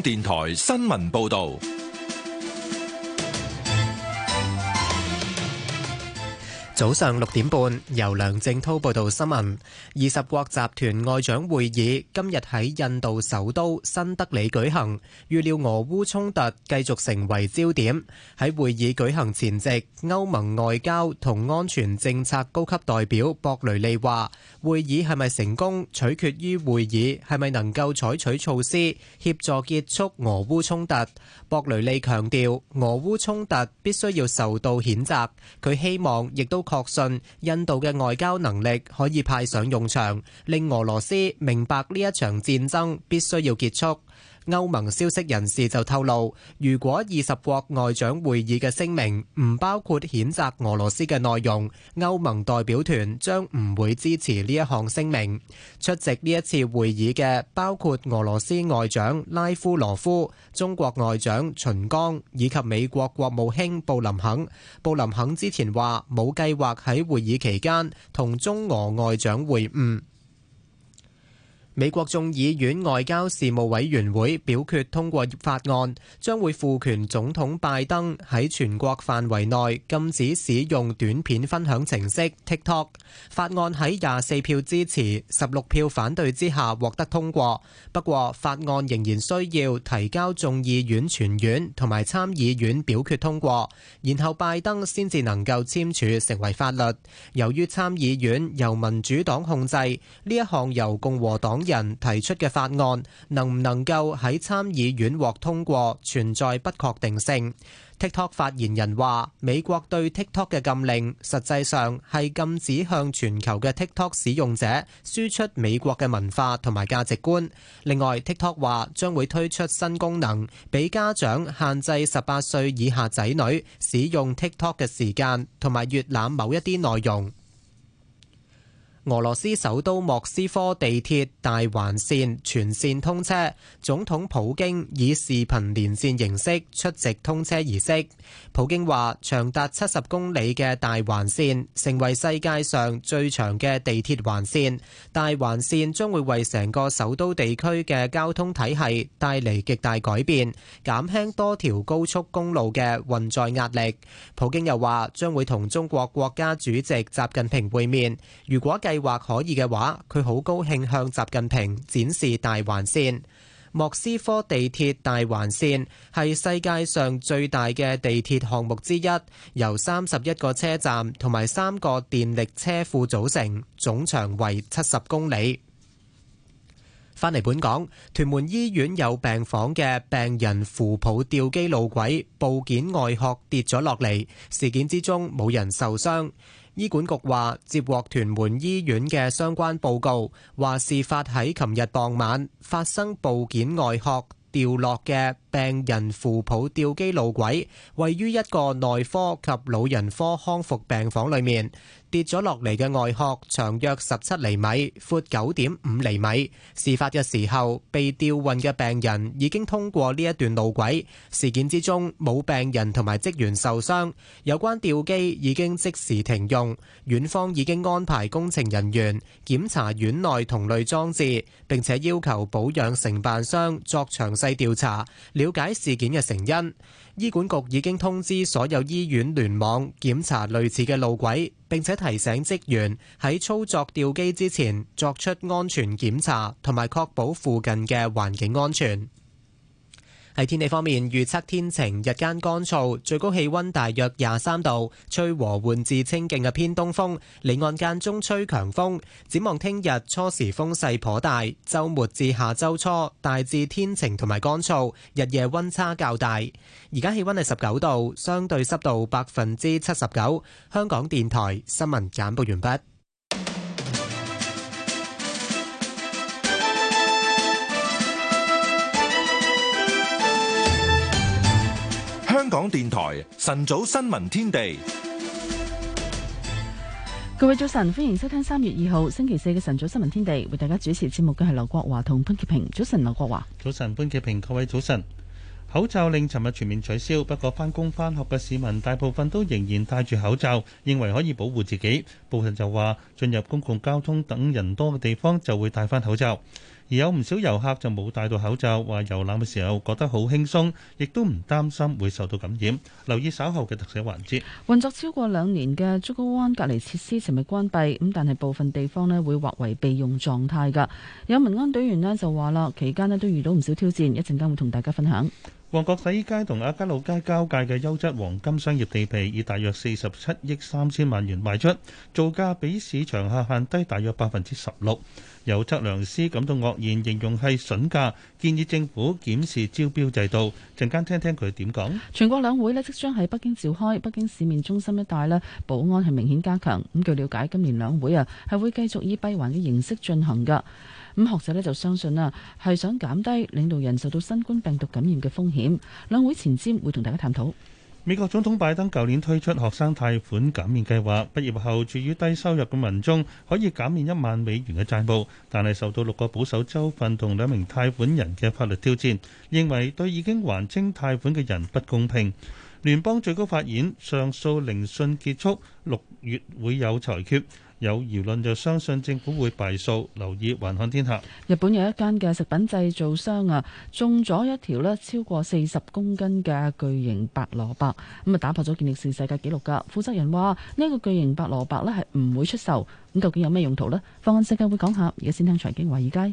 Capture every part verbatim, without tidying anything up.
電台新聞報道。 早上六點半，由梁正滔報道新聞。二十國集團外長會議今日喺印度首都新德里舉行，預料俄烏衝突繼續成為焦點。喺會議舉行前夕，歐盟外交同安全政策高級代表博雷利話，會議係咪成功，取決於會議係咪能夠採取措施協助結束俄烏衝突。博雷利強調，俄烏衝突必須要受到譴責，佢希望亦都確信印度嘅外交能力可以派上用場，令俄羅斯明白呢一場戰爭必須要結束。歐盟消息人士就透露，如果二十國外長會議嘅聲明唔包括譴責俄羅斯嘅內容，歐盟代表團將唔會支持呢一項聲明。出席呢一次會議嘅包括俄羅斯外長拉夫羅夫、中國外長秦剛以及美國國務卿布林肯。布林肯之前話冇計劃喺會議期間同中俄外長會晤。美國眾議院外交事務委員會表決通過法案，將會賦權總統拜登喺全國範圍內禁止使用短片分享程式 TikTok。法案喺廿四票支持、十六票反對之下獲得通過。不過，法案仍然需要提交眾議院全院同埋參議院表決通過，然後拜登先至能夠簽署成為法律。由於參議院由民主黨控制，呢一項由共和黨人提出嘅法案能唔能夠喺參議院獲通過，存在不確定性。TikTok 發言人話，美國對 TikTok 嘅禁令實際上係禁止向全球嘅 TikTok 使用者輸出美國嘅文化同埋價值觀。另外 TikTok 話將會推出新功能，俾家長限制十八歲以下仔女使用 TikTok 嘅時間，同埋閱覽某一啲內容。俄羅斯首都莫斯科地鐵大環線全線通車，總統普京以視頻連線形式出席通車儀式。普京話，長達七十公里嘅大環線成為世界上最長嘅地鐵環線，大環線將會為成個首都地區嘅交通體系帶嚟極大改變，減輕多條高速公路嘅運載壓力。普京又話，將會同中國國家主席習近平會面，如果計計劃可以嘅話，佢好高興向習近平展示大環線。莫斯科地鐵大環線係世界上最大嘅地鐵項目之一，由三十一個車站同埋三個電力車庫組成，總長為七十公里。返嚟本港，屯門醫院有病房嘅病人扶抱吊機路軌部件外殼跌咗落嚟，事件之中冇人受傷。醫管局話接獲屯門醫院嘅相關報告，話事發喺琴日傍晚發生部件外殼掉落嘅病人扶抱吊機路軌，位於一個內科及老人科康復病房裏面。跌咗落嚟嘅外殼長約十七厘米，闊九點五厘米。事發嘅時候，被吊運嘅病人已經通過呢一段路軌。事件之中冇病人同埋職員受傷，有關吊機已經即時停用。院方已經安排工程人員檢查院內同類裝置，並且要求保養承辦商作詳細調查，了解事件嘅成因。醫管局已經通知所有醫院聯網檢查類似嘅路軌，並且提醒職員喺操作吊機之前作出安全檢查，同埋確保附近嘅環境安全。喺天氣方面，預測天晴，日間乾燥，最高氣溫大約廿三度，吹和緩至清勁嘅偏東風，離岸間中吹強風。展望聽日初時風勢頗大，週末至下週初大致天晴同埋乾燥，日夜溫差較大。而家氣溫係十九度，相對濕度百分之七十九。香港電台新聞簡報完畢。 香港電台晨早新聞天地， 各位早晨，歡迎收聽三月二號星期四嘅晨早新聞天地，為大家主持節目嘅係劉國華同潘潔平。早晨，劉國華。 早晨，潘潔平。各位早晨。口罩令尋日全面取消，不過返工返學嘅市民大部分都仍然戴住口罩，認為可以保護自己。部分就話進入公共交通等人多嘅地方就會戴翻口罩。 而有唔少遊客就冇戴到口罩，話遊覽嘅時候覺得好輕鬆，亦都唔擔心會受到感染。留意稍後嘅特寫環節。 運作超過兩年嘅竹篙灣隔離設施尋日關閉，咁但係部分地方咧會劃為備用狀態㗎。有民安隊員咧就話啦，期間咧都遇到唔少挑戰，一陣間會同大家分享。 旺角洗衣街同亞皆老街交界嘅優質黃金商業地皮，以大約四十七億三千萬元賣出，造價比市場下限低大約百分之十六。有測量師感到愕然，形容係筍價，建議政府檢視招標制度。陣間聽聽佢點講。 全國兩會咧即將喺北京召開，北京市面中心一帶咧保安係明顯加強。咁據了解，今年兩會啊係會繼續以閉環嘅形式進行㗎。咁學者咧就相信啊，係想減低領導人受到新冠病毒感染嘅風險。兩會前瞻會同大家探討。 美國總統拜登舊年推出學生貸款減免計劃，畢業後處於低收入嘅民眾可以減免一萬美元嘅債務，但係受到六個保守州份同兩名貸款人嘅法律挑戰，認為對已經還清貸款嘅人不公平。聯邦最高法院上訴聆訊結束，六月會有裁決。有輿論就相信政府會敗訴。留意環看天下。 日本有一間嘅食品製造商啊，種咗一條咧超過四十公斤嘅巨型白蘿蔔，咁啊打破咗健力士世界紀錄㗎。負責人話呢一個巨型白蘿蔔咧係唔會出售，咁究竟有咩用途呢？放眼世界會講下，而家先聽財經華爾街。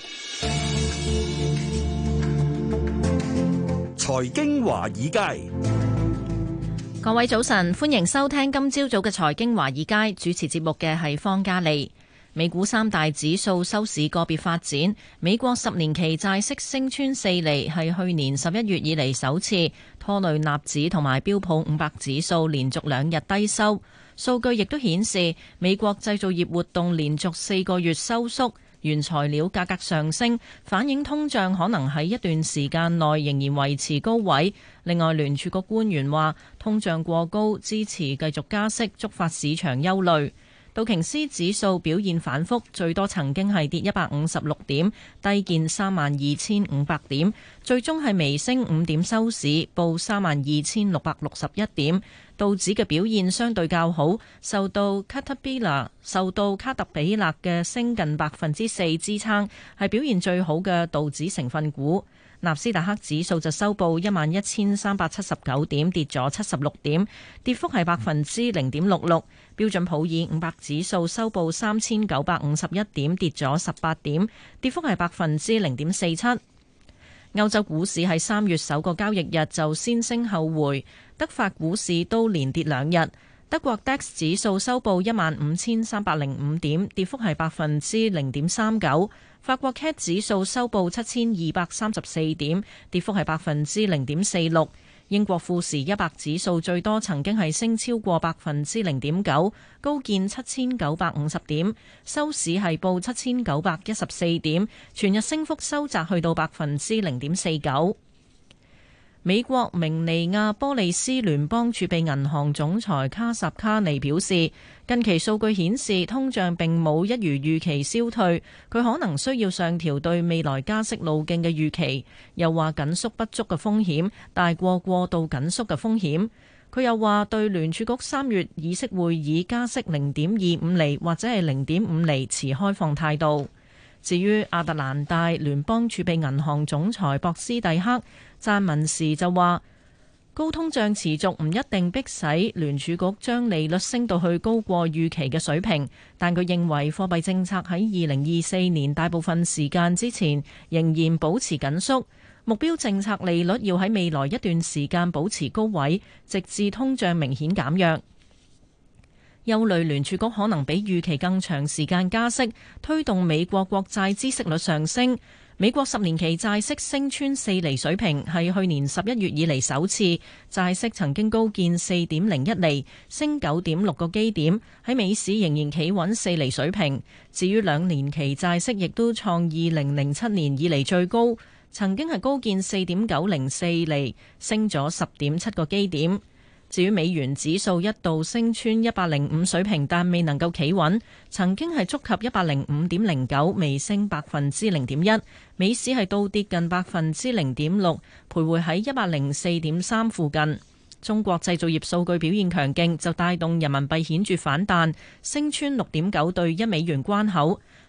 財經華爾街。 各位早晨，歡迎收聽今朝早嘅財經華爾街，主持節目嘅係方嘉利。美股三大指數收市個別發展，美國十年期債息升穿四厘，係去年十一月以嚟首次，拖累納指同埋標普五百指數連續兩日低收。數據亦都顯示，美國製造業活動連續四個月收縮。原材料價格上升，反映通脹可能喺一段時間內仍然維持高位。另外，聯儲局官員話，通脹過高支持繼續加息，觸發市場憂慮。道瓊斯指數表現反覆，最多曾經係跌一百五十六點，低見三萬二千五百點，最終係微升五點收市，報三萬二千六百六十一點。道指嘅表現相對較好，受到卡特彼勒受到卡特彼勒嘅升近百分之四支撐，係表現最好嘅道指成分股。納斯達克指數就收報一萬一千三百七十九點，跌咗七十六點，跌幅係百分之零點六六。標準普爾五百指數收報三千九百五十一點，跌咗十八點，跌幅係百分之零點四七。歐洲股市係三月首個交易日就先升後回，德法股市都連跌兩日。德國 D A X 指數收報一萬五千三百零五點，跌幅係百分之零點三九。法國 C A C 指數收報七千二百三十四點，跌幅係百分之零點四六。英國富時一百指數最多曾經係升超過百分之零點九，高見七千九百五十點，收市係報七千九百一十四點，全日升幅收窄去到百分之零點四九。美國明尼亞波利斯聯邦儲備銀行總裁卡什卡尼表示，近期數據顯示通脹並冇一如預期消退，佢可能需要上調對未來加息路徑嘅預期。又話緊縮不足嘅風險大過過度緊縮嘅風險。佢又話對聯儲局三月議息會議加息零點二五厘或者係零點五厘持開放態度。至於亞特蘭大聯邦儲備銀行總裁博斯蒂克撰文時就話，高通脹持續唔一定迫使聯儲局將利率升到去高過預期嘅水平，但佢認為貨幣政策喺二零二四年大部分時間之前仍然保持緊縮，目標政策利率要喺未來一段時間保持高位，直至通脹明顯減弱。憂慮聯儲局可能比預期更長時間加息，推動美國國債孳息率上升。美國十年期債息升穿四厘水平，係去年十一月以嚟首次。債息曾經高見四點零一厘，升九點六個基點，喺美市仍然企穩四厘水平。至於兩年期債息，亦都創二零零七年以嚟最高，曾經係高見四點九零四厘，升咗十點七個基點。至於美元指數一度升穿一百零五水平，但未能夠企穩，曾經係觸及一百零五點零九，微升百分之零點一。美市係倒跌近百分之零點六，徘徊喺一百零四點三附近。中國製造業數據表現強勁，就帶動人民幣顯著反彈，升穿六點九對一美元關口。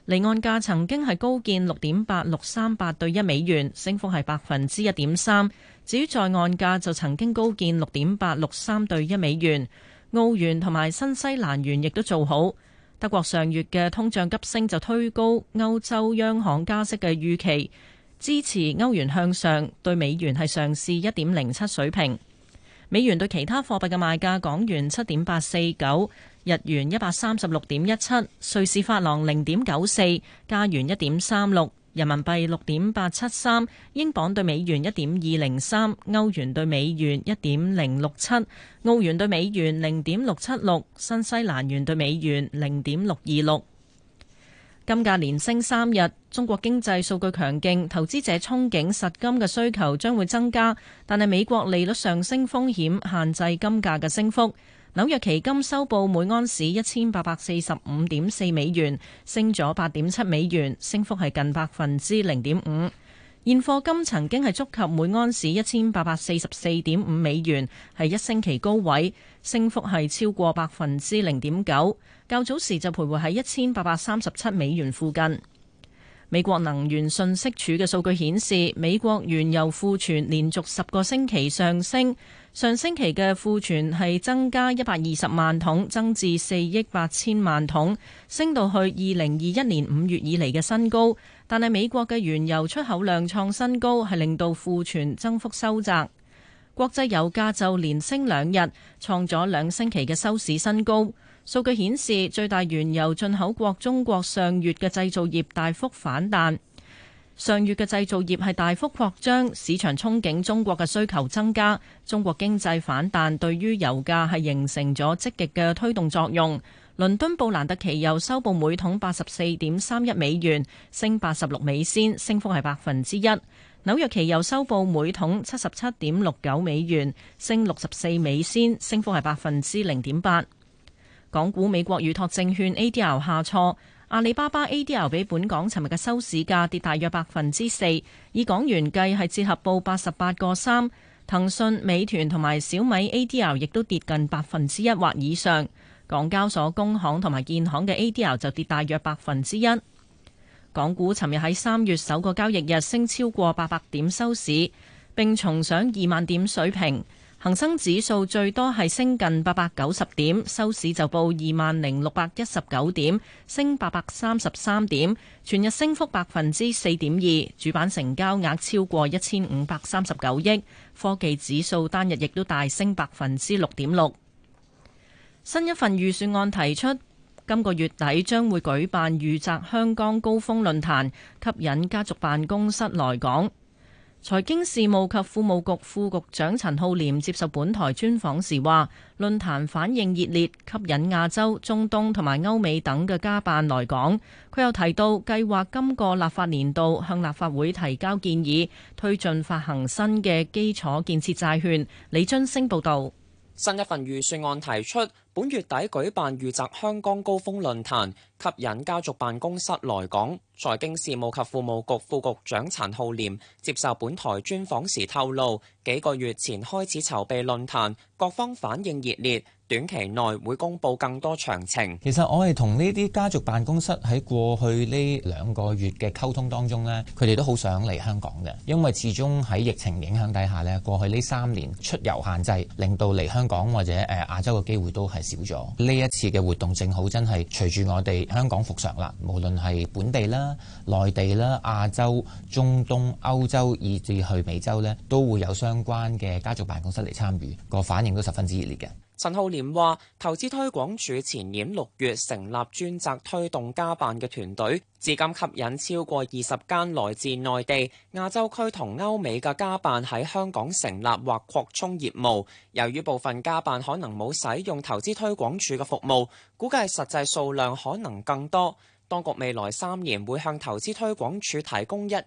離岸價曾經係高見六點八六三八對一美元，升幅係百分之一點三。至於在岸價就曾經高見六點八六三對一美元。澳元同埋新西蘭元亦都做好。德國上月嘅通脹急升就推高歐洲央行加息嘅預期，支持歐元向上，對美元係上試一點零七水平。美元對其他貨幣嘅賣價：港元七點八四九，日元一百三十六點一七，瑞士法郎零點九四，加元一點三六，人民幣六點八七三，英鎊對美元一點二零三，歐元對美元一點零六七，澳元對美元零點六七六，新西蘭元對美元零點六二六。金價連升三日，中國經濟數據強勁，投資者憧憬實金嘅需求將會增加，但係美國利率上升風險限制金價嘅升幅。紐約期金收報每盎司一千八百四十五點四美元，升咗八點七美元，升幅係近百分之零點五。現貨金曾經係觸及每盎司一千八百四十四點五美元，係一星期高位，升幅係超過百分之零點九。較早時就徘徊喺一千八百三十七美元附近。美國能源信息署嘅數據顯示，美國原油庫存連續十個星期上升，上星期嘅庫存係增加一百二十萬桶，增至四億八千萬桶，升到去二零二一年五月以嚟嘅新高。但係美國嘅原油出口量創新高，係令到庫存增幅收窄。國際油價就連升兩日，創咗兩星期嘅收市新高。數據顯示，最大原油進口國中國上月嘅製造業大幅反彈。上月嘅製造業係大幅擴張，市場憧憬中國嘅需求增加，中國經濟反彈對於油價係形成咗積極嘅推動作用。倫敦布蘭特期油收報每桶八十四點三一美元，升八十六美仙，升幅係百分之一。紐約期油收報每桶七十七點六九美元，升六十四美仙，升幅係百分之零點八。港股美國預託證券 A D R 下挫，阿里巴巴 A D R 比本港尋日嘅收市價跌大約百分之四，以港元計係折合報八十八個三。騰訊、美團同埋小米 A D R 亦都跌近百分之一或以上。港交所、工行同埋建行嘅 A D R 就跌大約百分之一。港股尋日喺三月首個交易日升超過八百點收市，並重上二萬點水平。恒生指數最多係升近八百九十點，收市就報二萬零六百一十九點，升八百三十三點，全日升幅百分之四點二。主板成交額超過一千五百三十九億，科技指數單日亦都大升百分之六點六。新一份預算案提出，今個月底將會舉辦裕澤香港高峰論壇，吸引家族辦公室來港。財經事務及庫務局副局長陳浩濂接受本台專訪時話，論壇反應熱烈，吸引亞洲、中東同埋歐美等嘅家辦來港。佢又提到，計劃今個立法年度向立法會提交建議，推進發行新嘅基礎建設債券。李津升報導。 新一份預算案提出，本月底舉辦裕澤香港高峰論壇，吸引家族辦公室來港。財經事務及庫務局副局長陳浩濂接受本台專訪時透露，幾個月前開始籌備論壇，各方反應熱烈，短期內會公布更多詳情。 其實我係同呢啲家族辦公室喺過去呢兩個月嘅溝通當中呢，佢哋都好想嚟香港嘅，因為始終喺疫情影響底下呢，過去呢三年出遊限制，令到嚟香港或者誒亞洲嘅機會都係少咗。呢一次嘅活動正好真係隨住我哋香港復常啦，無論係本地啦、內地啦、亞洲、中東、歐洲，以至去美洲呢，都會有相關嘅家族辦公室嚟參與，個反應都十分之熱烈嘅。 陳浩濂話：投資推廣署前年六月成立專責推動家辦嘅團隊，至今吸引超過二十間來自內地、亞洲區同歐美嘅家辦喺香港成立或擴充業務。由於部分家辦可能冇使用投資推廣署嘅服務，估計實際數量可能更多。當局未來三年會向投資推廣署提供一億，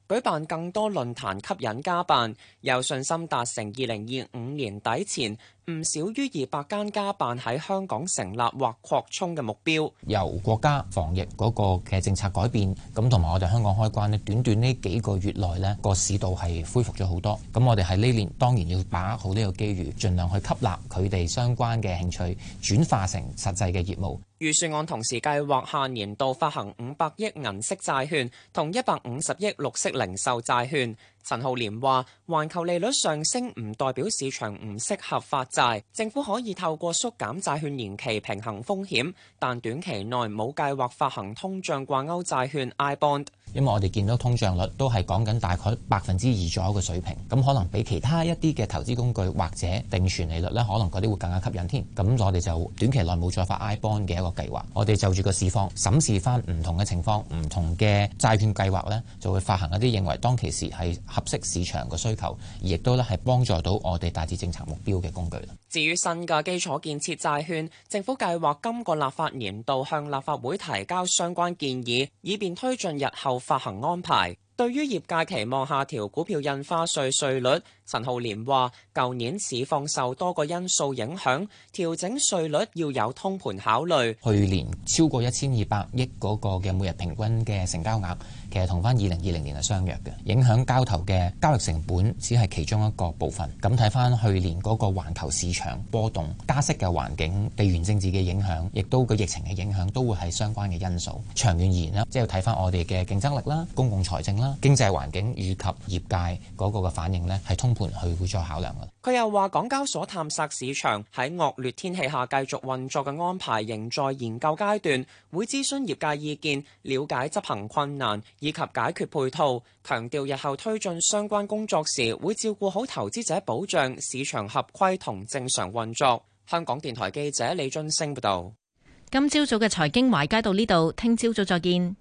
舉辦更多論壇吸引家辦，有信心達成二零二五年底前唔少於二百間家辦喺香港成立或擴充嘅目標。 由國家防疫嗰個嘅政策改變，咁同埋我哋香港開關呢，短短呢幾個月內呢個市道係恢復咗好多。咁我哋喺呢年當然要把握好呢個機遇，盡量去吸納佢哋相關嘅興趣，轉化成實際嘅業務。 預算案同時計劃下年度發行五百億銀色債券同一百五十億綠色零售債券。陳浩濂話：環球利率上升唔代表市場唔適合發債，政府可以透過縮減債券年期平衡風險，但短期內冇計劃發行通脹掛鈎債券 I bond。 因為我哋見到通脹率都係講緊大概百分之二左右嘅水平，咁可能比其他一啲嘅投資工具或者定存利率呢，可能嗰啲會更加吸引添。咁我哋就短期內冇再發 I bond 嘅一個計劃，我哋就住個市況審視翻唔同嘅情況，唔同嘅債券計劃呢，就會發行一啲認為當其時係合適市場嘅需求，而亦都咧係幫助到我哋達至政策目標嘅工具。 至於新嘅基礎建設債券，政府計劃今個立法年度向立法會提交相關建議，以便推進日後發行安排。對於業界期望下調股票印花稅稅率，陳浩濂話：舊年市況受多個因素影響，調整稅率要有通盤考慮。 去年超過一千二百億嗰個嘅每日平均嘅成交額，其實同翻二零二零年係相若嘅。影響交投嘅交易成本只係其中一個部分。咁睇翻去年嗰個環球市場波動、加息嘅環境、地緣政治嘅影響，亦都個疫情嘅影響，都會係相關嘅因素。長遠而言咧，即係要睇翻我哋嘅競爭力啦、公共財政啦、經濟環境以及業界嗰個嘅反應呢，係通盤去會再考量嘅。 佢又話，港交所探索市場喺惡劣天氣下繼續運作嘅安排仍在研究階段，會諮詢業界意見，了解執行困難以及解決配套。強調日後推進相關工作時，會照顧好投資者保障、市場合規同正常運作。香港電台記者李津升報道。 今朝早嘅財經華爾街到呢度，聽朝早再見。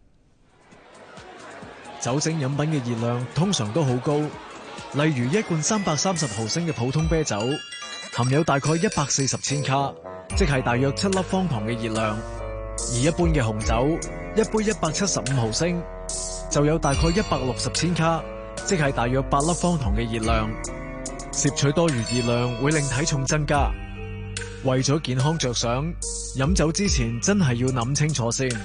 酒精飲品嘅熱量通常都好高，例如一罐三百三十毫升嘅普通啤酒，含有大概一百四十千卡，即係大約七粒方糖嘅熱量；而一般嘅紅酒，一杯一百七十五毫升，就有大概一百六十千卡，即係大約八粒方糖嘅熱量。攝取多餘熱量會令體重增加，為咗健康着想，飲酒之前真係要諗清楚先。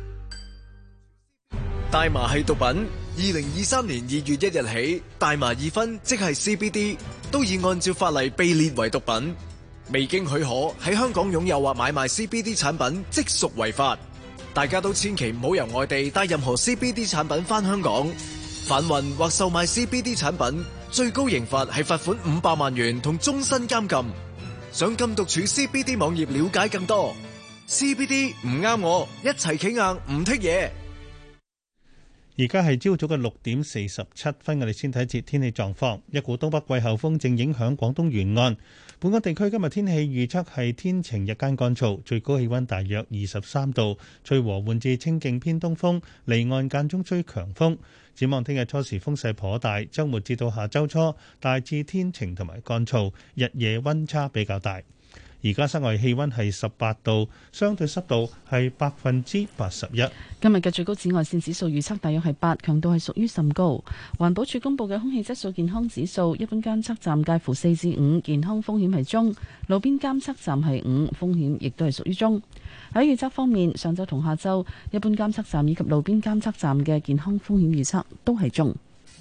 大麻係毒品，二零二三年二月一日起，大麻二酚即係 C B D 都已按照法例被列為毒品，未經許可喺香港擁有或買賣 C B D 產品即屬違法。大家都千祈唔好由外地帶任何 C B D 產品返香港，販運或售賣 C B D 產品最高刑罰係罰款五百萬元同終身監禁。上禁毒處 C B D 網頁了解更多。C B D 唔啱我，一齊企硬唔剔嘢。 而家係朝早嘅六點四十七分，我哋先睇一節天氣狀況。一股東北季候風正影響廣東沿岸，本港地區今日天氣預測係天晴，日間乾燥，最高氣溫大約二十三度，吹和緩至清勁偏東風，離岸間中吹強風。展望聽日初時風勢頗大，週末至到下週初大致天晴同埋乾燥，日夜溫差比較大。而家室外氣溫係十八度，相對濕度係百分之八十一。 今日嘅最高紫外線指數預測大約係八，強度係屬於甚高。環保署公布嘅空氣質素健康指數，一般監測站介乎四至五，健康風險係中；路邊監測站係五，風險亦都係屬於中。喺預測方面，上晝同下晝，一般監測站以及路邊監測站嘅健康風險預測都係中。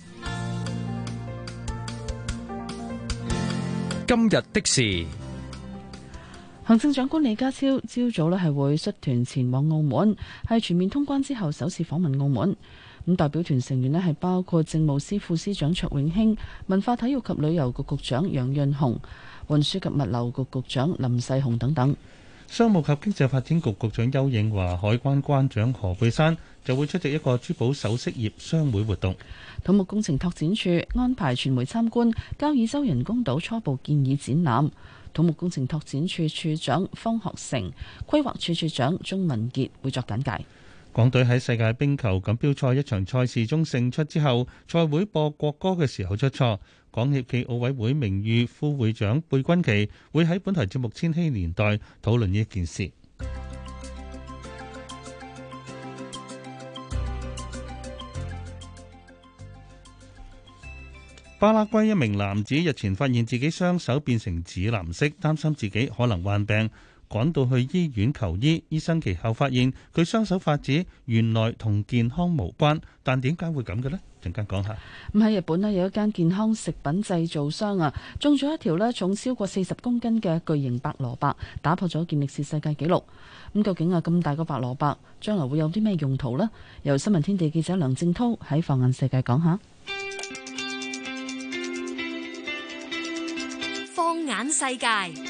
今日的事。 行政長官李家超朝早咧係會率團前往澳門，係全面通關之後首次訪問澳門。咁代表團成員咧係包括政務司副司長卓永興、文化體育及旅遊局局長楊潤雄、運輸及物流局局長林世雄等等。 商務及經濟發展局局長邱應華、海關關長何佩珊就會出席一個珠寶首飾業商會活動。 土木工程拓展處安排傳媒參觀交椅洲人工島初步建議展覽。土木工程拓展處處長方學成、規劃處處長鍾文傑會作簡介。 港隊喺世界冰球錦標賽一場賽事中勝出之後，賽會播國歌嘅時候出錯。港協暨奧委會名譽副會長貝君琪會喺本台節目《千禧年代》討論呢件事。 巴拉圭一名男子日前發現自己雙手變成紫藍色，擔心自己可能患病，趕到去醫院求醫。醫生其後發現佢雙手發紫，原來同健康無關，但點解會咁嘅呢？陣間講下。 咁喺日本咧，有一間健康食品製造商啊，種咗一條咧重超過四十公斤嘅巨型白蘿蔔，打破咗健力士世界紀錄。咁究竟啊咁大個白蘿蔔，將來會有啲咩用途呢？由新聞天地記者梁正濤喺放眼世界講下。 放眼世界。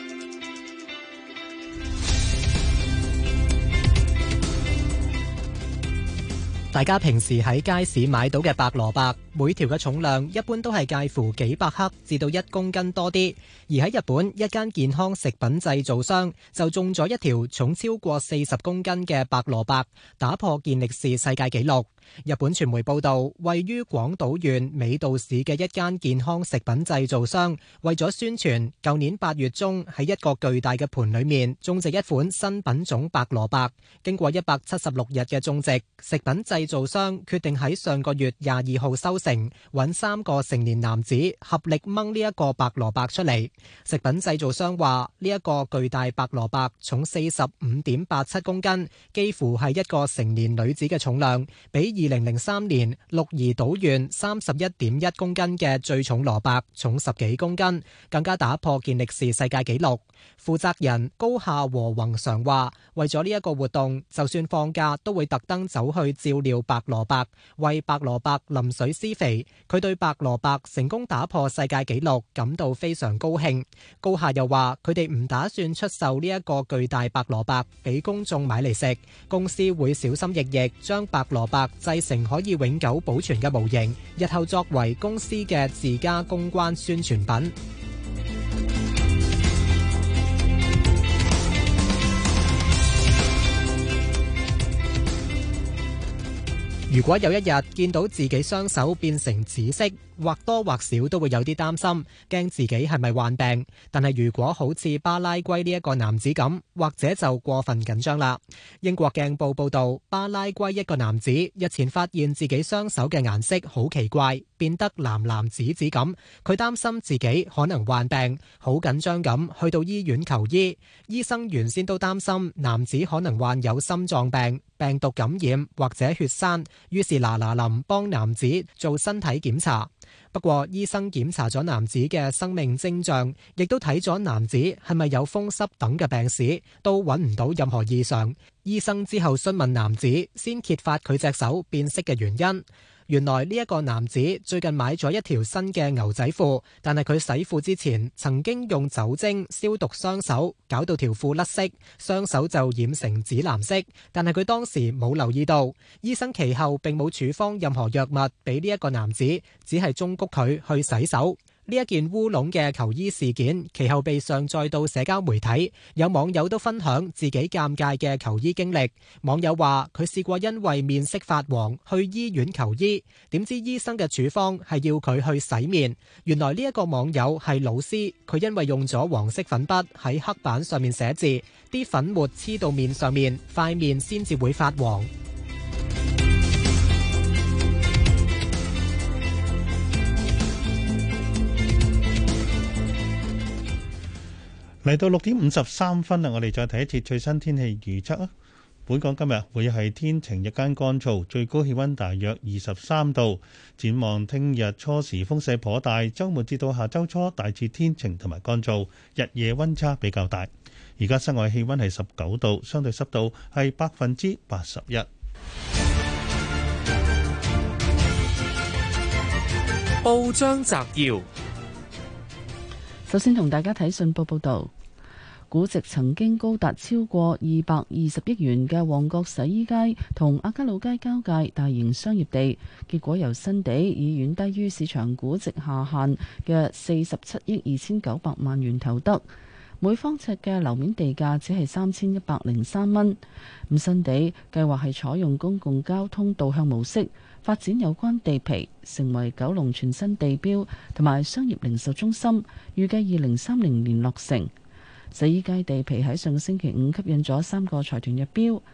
大家平時喺街市買到嘅白蘿蔔，每條嘅重量一般都係介乎幾百克至到一公斤多啲。而喺日本，一間健康食品製造商就種咗一條重超過四十公斤嘅白蘿蔔，打破健力士世界紀錄。日本傳媒報道，位於廣島縣美道市嘅一間健康食品製造商，為咗宣傳，舊年八月中喺一個巨大嘅盤裏面種植一款新品種白蘿蔔。經過一百七十六日嘅種植，食品製造商決定喺上個月廿二號收成，搵三個成年男子合力掹呢一個白蘿蔔出嚟。食品製造商話，呢一個巨大白蘿蔔重四十五點八七公斤，幾乎係一個成年女子嘅重量，比二零零三年鹿兒島縣三十一點一公斤嘅最重蘿蔔重十幾公斤，更加打破健力士世界紀錄。負責人高夏和宏常話，為咗呢一個活動，就算放假都會特登走去照料白蘿蔔，為白蘿蔔淋水施肥。佢對白蘿蔔成功打破世界紀錄感到非常高興。高夏又話，佢哋唔打算出售呢一個巨大白蘿蔔俾公眾買嚟食，公司會小心翼翼將白蘿蔔製成可以永久保存嘅模型，日後作為公司嘅自家公關宣傳品。如果有一日見到自己雙手變成紫色，或多或少都會有啲擔心，驚自己係咪患病。但係如果好似巴拉圭呢一個男子咁，或者就過分緊張啦。英國鏡報報道，巴拉圭一個男子日前發現自己雙手嘅顏色好奇怪，變得藍藍紫紫咁，佢擔心自己可能患病，好緊張咁去到醫院求醫。醫生原先都擔心男子可能患有心臟病、病毒感染或者血栓，於是嗱嗱臨幫男子做身體檢查。不過醫生檢查咗男子嘅生命徵象，亦都睇咗男子係咪有風濕等嘅病史，都揾唔到任何異常。醫生之後詢問男子，先揭發佢隻手變色嘅原因。原來呢一個男子最近買咗一條新嘅牛仔褲，但係佢洗褲之前曾經用酒精消毒雙手，搞到條褲甩色，雙手就染成紫藍色。但係佢當時冇留意到，醫生其後並冇處方任何藥物俾呢一個男子，只係忠告佢去洗手。呢一件烏龍嘅求醫事件，其後被上載到社交媒體，有網友都分享自己尷尬嘅求醫經歷。網友話佢試過因為面色發黃去醫院求醫，點知醫生嘅處方係要佢去洗面。原來呢一個網友係老師，佢因為用咗黃色粉筆喺黑板上面寫字，啲粉末黐到面上面，塊面先至會發黃。 嚟到六點五十三分啦，我哋再睇一次最新天氣預測啊！本港今日會係天晴，日間乾燥，最高氣溫大約二十三度。展望聽日初時風勢頗大，週末至到下週初大致天晴同埋乾燥，日夜溫差比較大。而家室外氣溫係十九度，相對濕度係百分之八十一。 報章摘要。 首先同大家睇信報報導，估值曾經高達超過二百二十億元嘅旺角洗衣街同亞皆老街交界大型商業地，結果由新地以遠低於市場估值下限嘅四十七億二千九百萬元投得，每方尺嘅樓面地價只係三千一百零三蚊。咁新地計劃係採用公共交通導向模式發展有關地皮，成為九龍全新地標同埋商業零售中心，預計二零三零年落成。洗衣街地皮喺上個星期五吸引咗三個財團入標，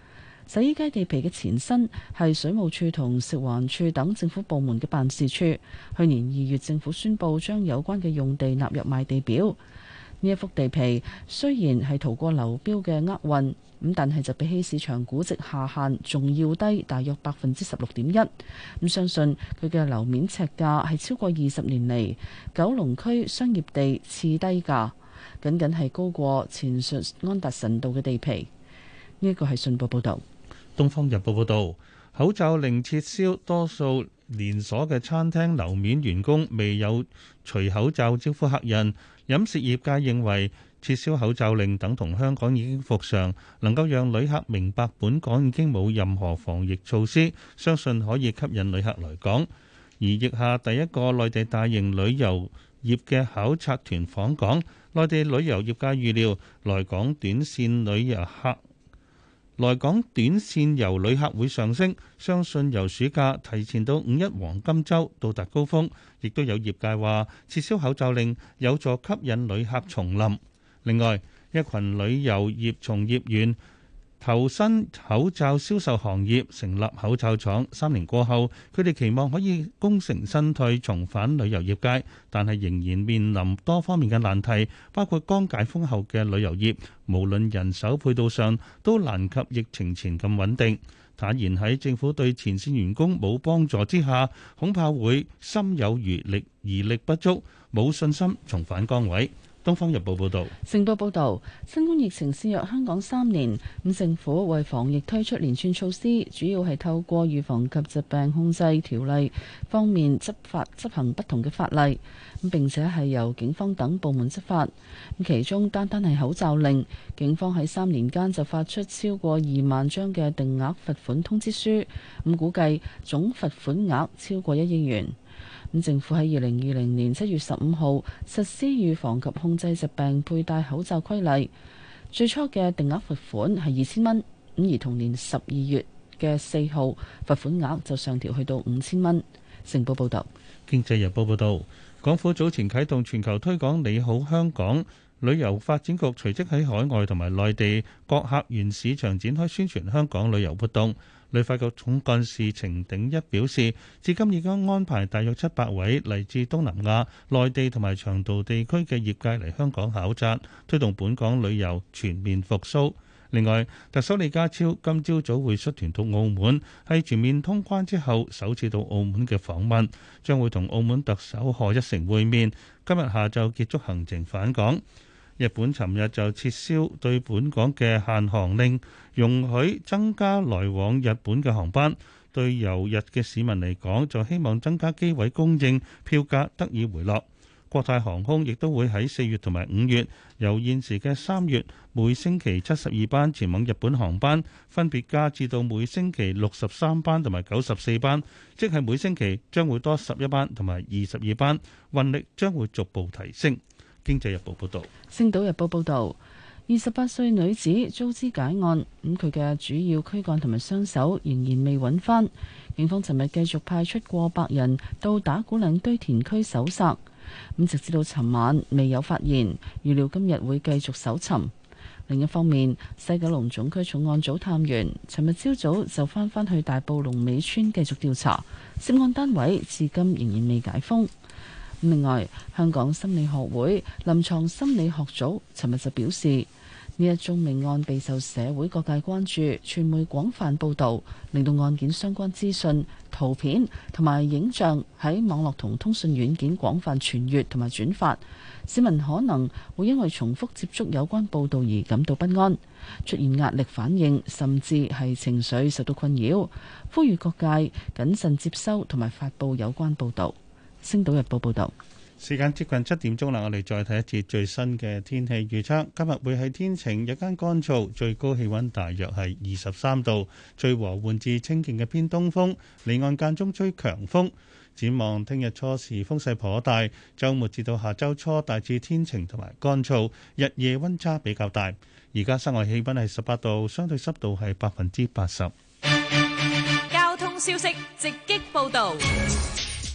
洗衣街地皮嘅前身係水務署同食環署等政府部門嘅辦事處。去年二月，政府宣布將有關嘅用地納入賣地表。呢一幅地皮雖然係逃過流標嘅厄運，咁但係就比起市場估值下限仲要低，大約百分之十六點一。咁相信佢嘅樓面尺價係超過二十年嚟九龍區商業地次低價，僅僅係高過前述安達臣道嘅地皮。呢一個係信報報導。 《東方日報》報導，口罩令撤銷，多數連鎖嘅餐廳樓面員工未有除口罩招呼客人。飲食業界認為撤銷口罩令等同香港已經復常，能夠讓旅客明白本港已經冇任何防疫措施，相信可以吸引旅客來港。而疫下第一個內地大型旅遊業嘅考察團訪港，內地旅遊業界預料來港短線旅遊客來港短線遊旅客會上升，相信由暑假提前到五一黃金週到達高峰。亦都有業界話撤銷口罩令有助吸引旅客重臨。另外，一群旅遊業從業員投身口罩銷售行業，成立口罩廠。三年過後，佢哋期望可以功成身退，重返旅遊業界，但係仍然面臨多方面嘅難題，包括剛解封後嘅旅遊業，無論人手配套上都難及疫情前咁穩定。坦言喺政府對前線員工冇幫助之下，恐怕會心有餘力而力不足，冇信心重返崗位。《東方日報》報導， 成報報導，新冠疫情肆虐香港三年，咁政府為防疫推出連串措施，主要係透過預防及疾病控制條例方面執法執行不同嘅法例，咁並且係由警方等部門執法。咁其中單單係口罩令，警方喺三年間就發出超過二萬張嘅定額罰款通知書，咁估計總罰款額超過一億元。咁政府喺二零二零年七月十五號實施預防及控制疾病佩戴口罩規例，最初嘅定額罰款係二千蚊，咁而同年十二月嘅四號罰款額就上調去到五千蚊。成報報道。 《經濟日報》報道，港府早前啟動全球推廣你好香港，旅遊發展局隨即喺海外同埋內地各客源市場展開宣傳香港旅遊活動。旅發局總幹事程鼎一表示，至今已經安排大約七百位嚟自東南亞、內地同埋長途地區嘅業界嚟香港考察，推動本港旅遊全面復甦。另外，特首李家超今朝早會率團到澳門，係全面通關之後首次到澳門嘅訪問，將會同澳門特首賀一誠會面。今日下晝結束行程返港。日本尋日就撤銷對本港嘅限航令，容許增加來往日本嘅航班。對遊日嘅市民嚟講，就希望增加機位供應，票價得以回落。國泰航空亦都會喺四月同埋五月，由現時嘅三月每星期七十二班前往日本航班，分別加至到每星期六十三班同埋九十四班，即係每星期將會多十一班同埋二十二班，運力將會逐步提升。經濟日報報導， 星島日報報導，二十八歲女子遭肢解案，咁佢嘅主要軀幹同埋雙手仍然未揾翻。警方尋日繼續派出過百人到打鼓嶺堆填區搜索，咁直至到尋晚未有發現，預料今日會繼續搜尋。另一方面，西九龍總區重案組探員尋日朝早就翻返去大埔龍尾村繼續調查，涉案單位至今仍然未解封。另外，香港心理學會臨床心理學組尋日就表示，呢一宗命案備受社會各界關注，傳媒廣泛報導，令到案件相關資訊、圖片同埋影像喺網絡同通訊軟件廣泛傳閱同埋轉發，市民可能會因為重複接觸有關報導而感到不安，出現壓力反應，甚至係情緒受到困擾，呼籲各界謹慎接收同埋發布有關報導。星島日報報道， 時間接近七點鐘啦，我哋再睇一節最新嘅天氣預測。今日會係天晴，日間乾燥，最高氣溫大約係二十三度，最和緩至清勁嘅偏東風，離岸間中吹強風。展望聽日初時風勢頗大，週末至到下週初大致天晴同埋乾燥，日夜溫差比較大。而家室外氣溫係十八度，相對濕度係百分之八十。 交通消息直擊報道。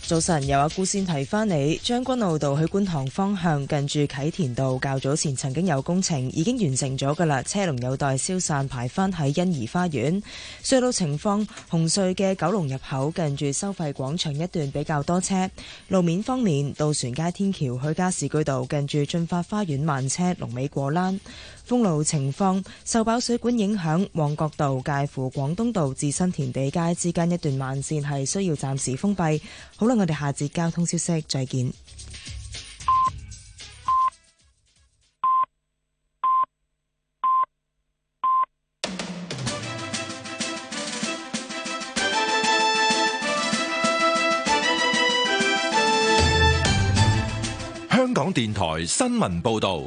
早晨，有阿姑先提翻你，將軍澳道去觀塘方向近住啟田道，較早前曾經有工程，已經完成咗㗎啦，車龍有待消散，排返喺欣怡花園。隧道情況，紅隧嘅九龍入口近住收費廣場一段比較多車。路面方面，渡船街天橋去加士居道近住駿發花園慢車，龍尾過欄。封路情況，受爆水管影響，旺角道介乎廣東道至新填地街之間一段慢線係需要暫時封閉。好啦，我哋下節交通消息再見。 香港電台新聞報導。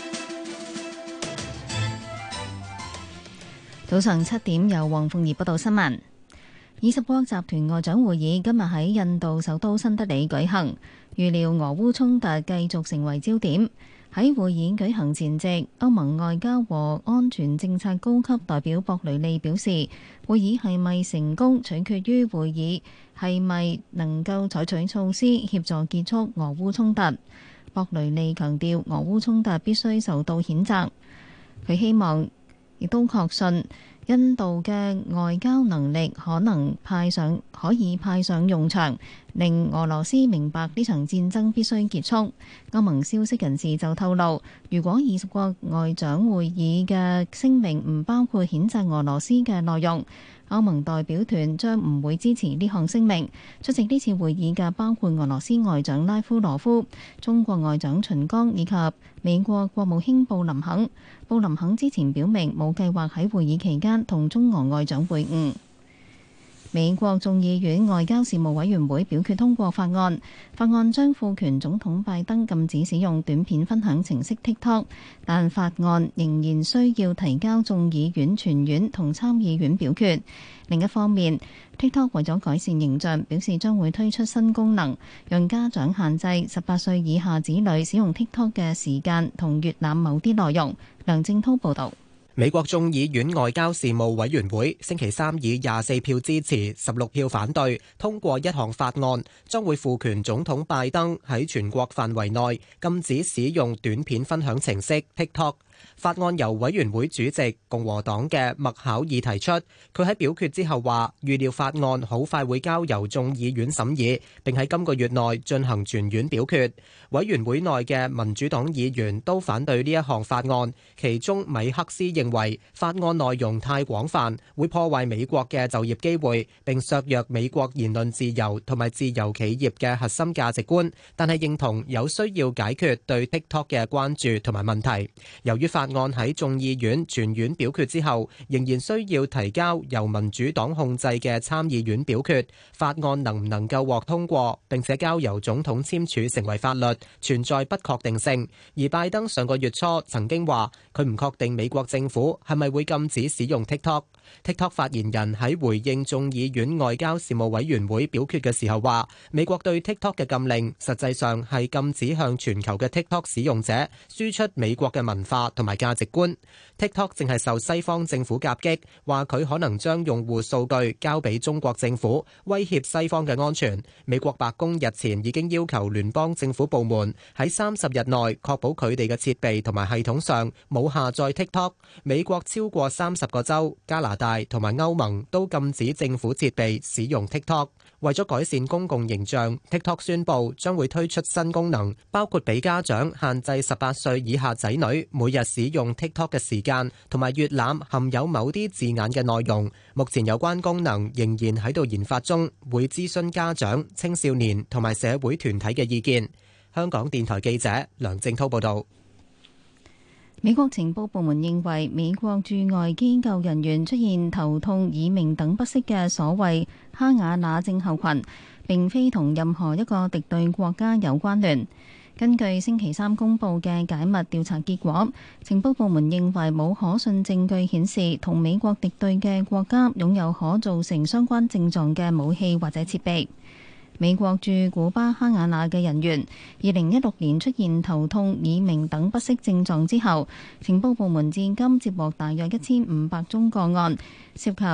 早上七點，由黃鳳儀報道新聞。二十國集團外長會議今日喺印度首都新德里舉行，預料俄烏衝突繼續成為焦點。喺會議舉行前夕，歐盟外交和安全政策高級代表博雷利表示，會議係咪成功取決於會議係咪能夠採取措施協助結束俄烏衝突。博雷利強調，俄烏衝突必須受到譴責。佢希望亦都確信印度嘅外交能力可能派上可以派上用場，令俄羅斯明白呢場戰爭必須結束。歐盟消息人士就透露，如果二十國外長會議嘅聲明唔包括譴責俄羅斯嘅內容，歐盟代表團將唔會支持呢項聲明。出席呢次會議嘅包括俄羅斯外長拉夫羅夫、中國外長秦剛以及美國國務卿布林肯。布林肯之前表明冇計劃喺會議期間同中俄外長會晤。美國眾議院外交事務委員會表決通過法案，法案將賦權總統拜登禁止使用短片分享程式 TikTok， 但法案仍然需要提交眾議院全院同參議院表決。另一方面， TikTok 為咗改善形象，表示將會推出新功能，讓家長限制十八歲以下子女使用 TikTok 嘅時間同閲覽某啲內容。梁正滔報導。 美國眾議院外交事務委員會星期三以廿四票支持、十六票反對通過一項法案，將會賦權總統拜登喺全國範圍內禁止使用短片分享程式 TikTok。法案由委員會主席共和黨嘅麥考爾提出，佢喺表決之後話，預料法案好快會交由眾議院審議，並喺今個月內進行全院表決。委員會內嘅民主黨議員都反對呢一項法案，其中米克斯認為法案內容太廣泛，會破壞美國嘅就業機會，並削弱美國言論自由同埋自由企業嘅核心價值觀，但係認同有需要解決對 TikTok 嘅關注同埋問題。由於法案喺眾議院全院表決之後，仍然需要提交由民主黨控制嘅參議院表決，法案能唔能夠獲通過並且交由總統簽署成為法律，存在不確定性。而拜登上個月初曾經話，佢唔確定美國政府係咪會禁止使用 TikTok。TikTok 發言人喺回應眾議院外交事務委員會表決嘅時候話，美國對 TikTok 嘅禁令實際上係禁止向全球嘅 TikTok 使用者輸出美國嘅文化同埋價值觀。TikTok 正係受西方政府夾擊，話佢可能將用戶數據交俾中國政府，威脅西方嘅安全。美國白宮日前已經要求聯邦政府部門喺三十日內確保佢哋嘅設備同埋系統上冇下載 TikTok。美國超過三十個州、加拿大同埋歐盟都禁止政府設備使用 TikTok。為咗改善公共形象， TikTok 宣布將會推出新功能，包括俾家長限制十八歲以下仔女每日使用 TikTok 嘅時間，同埋閱覽含有某啲字眼嘅內容。目前有關功能仍然喺度研發中，會諮詢家長、青少年同埋社會團體嘅意見。香港電台記者梁正滔報導。 美國情報部門認為，美國駐外機構人員出現頭痛、耳鳴等不適嘅所謂哈瓦那症候群，並非同任何一個敵對國家有關聯。根據星期三公佈嘅解密調查結果，情報部門認為冇可信證據顯示同美國敵對嘅國家擁有可造成相關症狀嘅武器或者設備。美國駐古巴哈瓦那嘅人員，二零一六年出現頭痛、耳鳴等不適症狀之後，情報部門至今接獲大約一千五百宗個案，涉及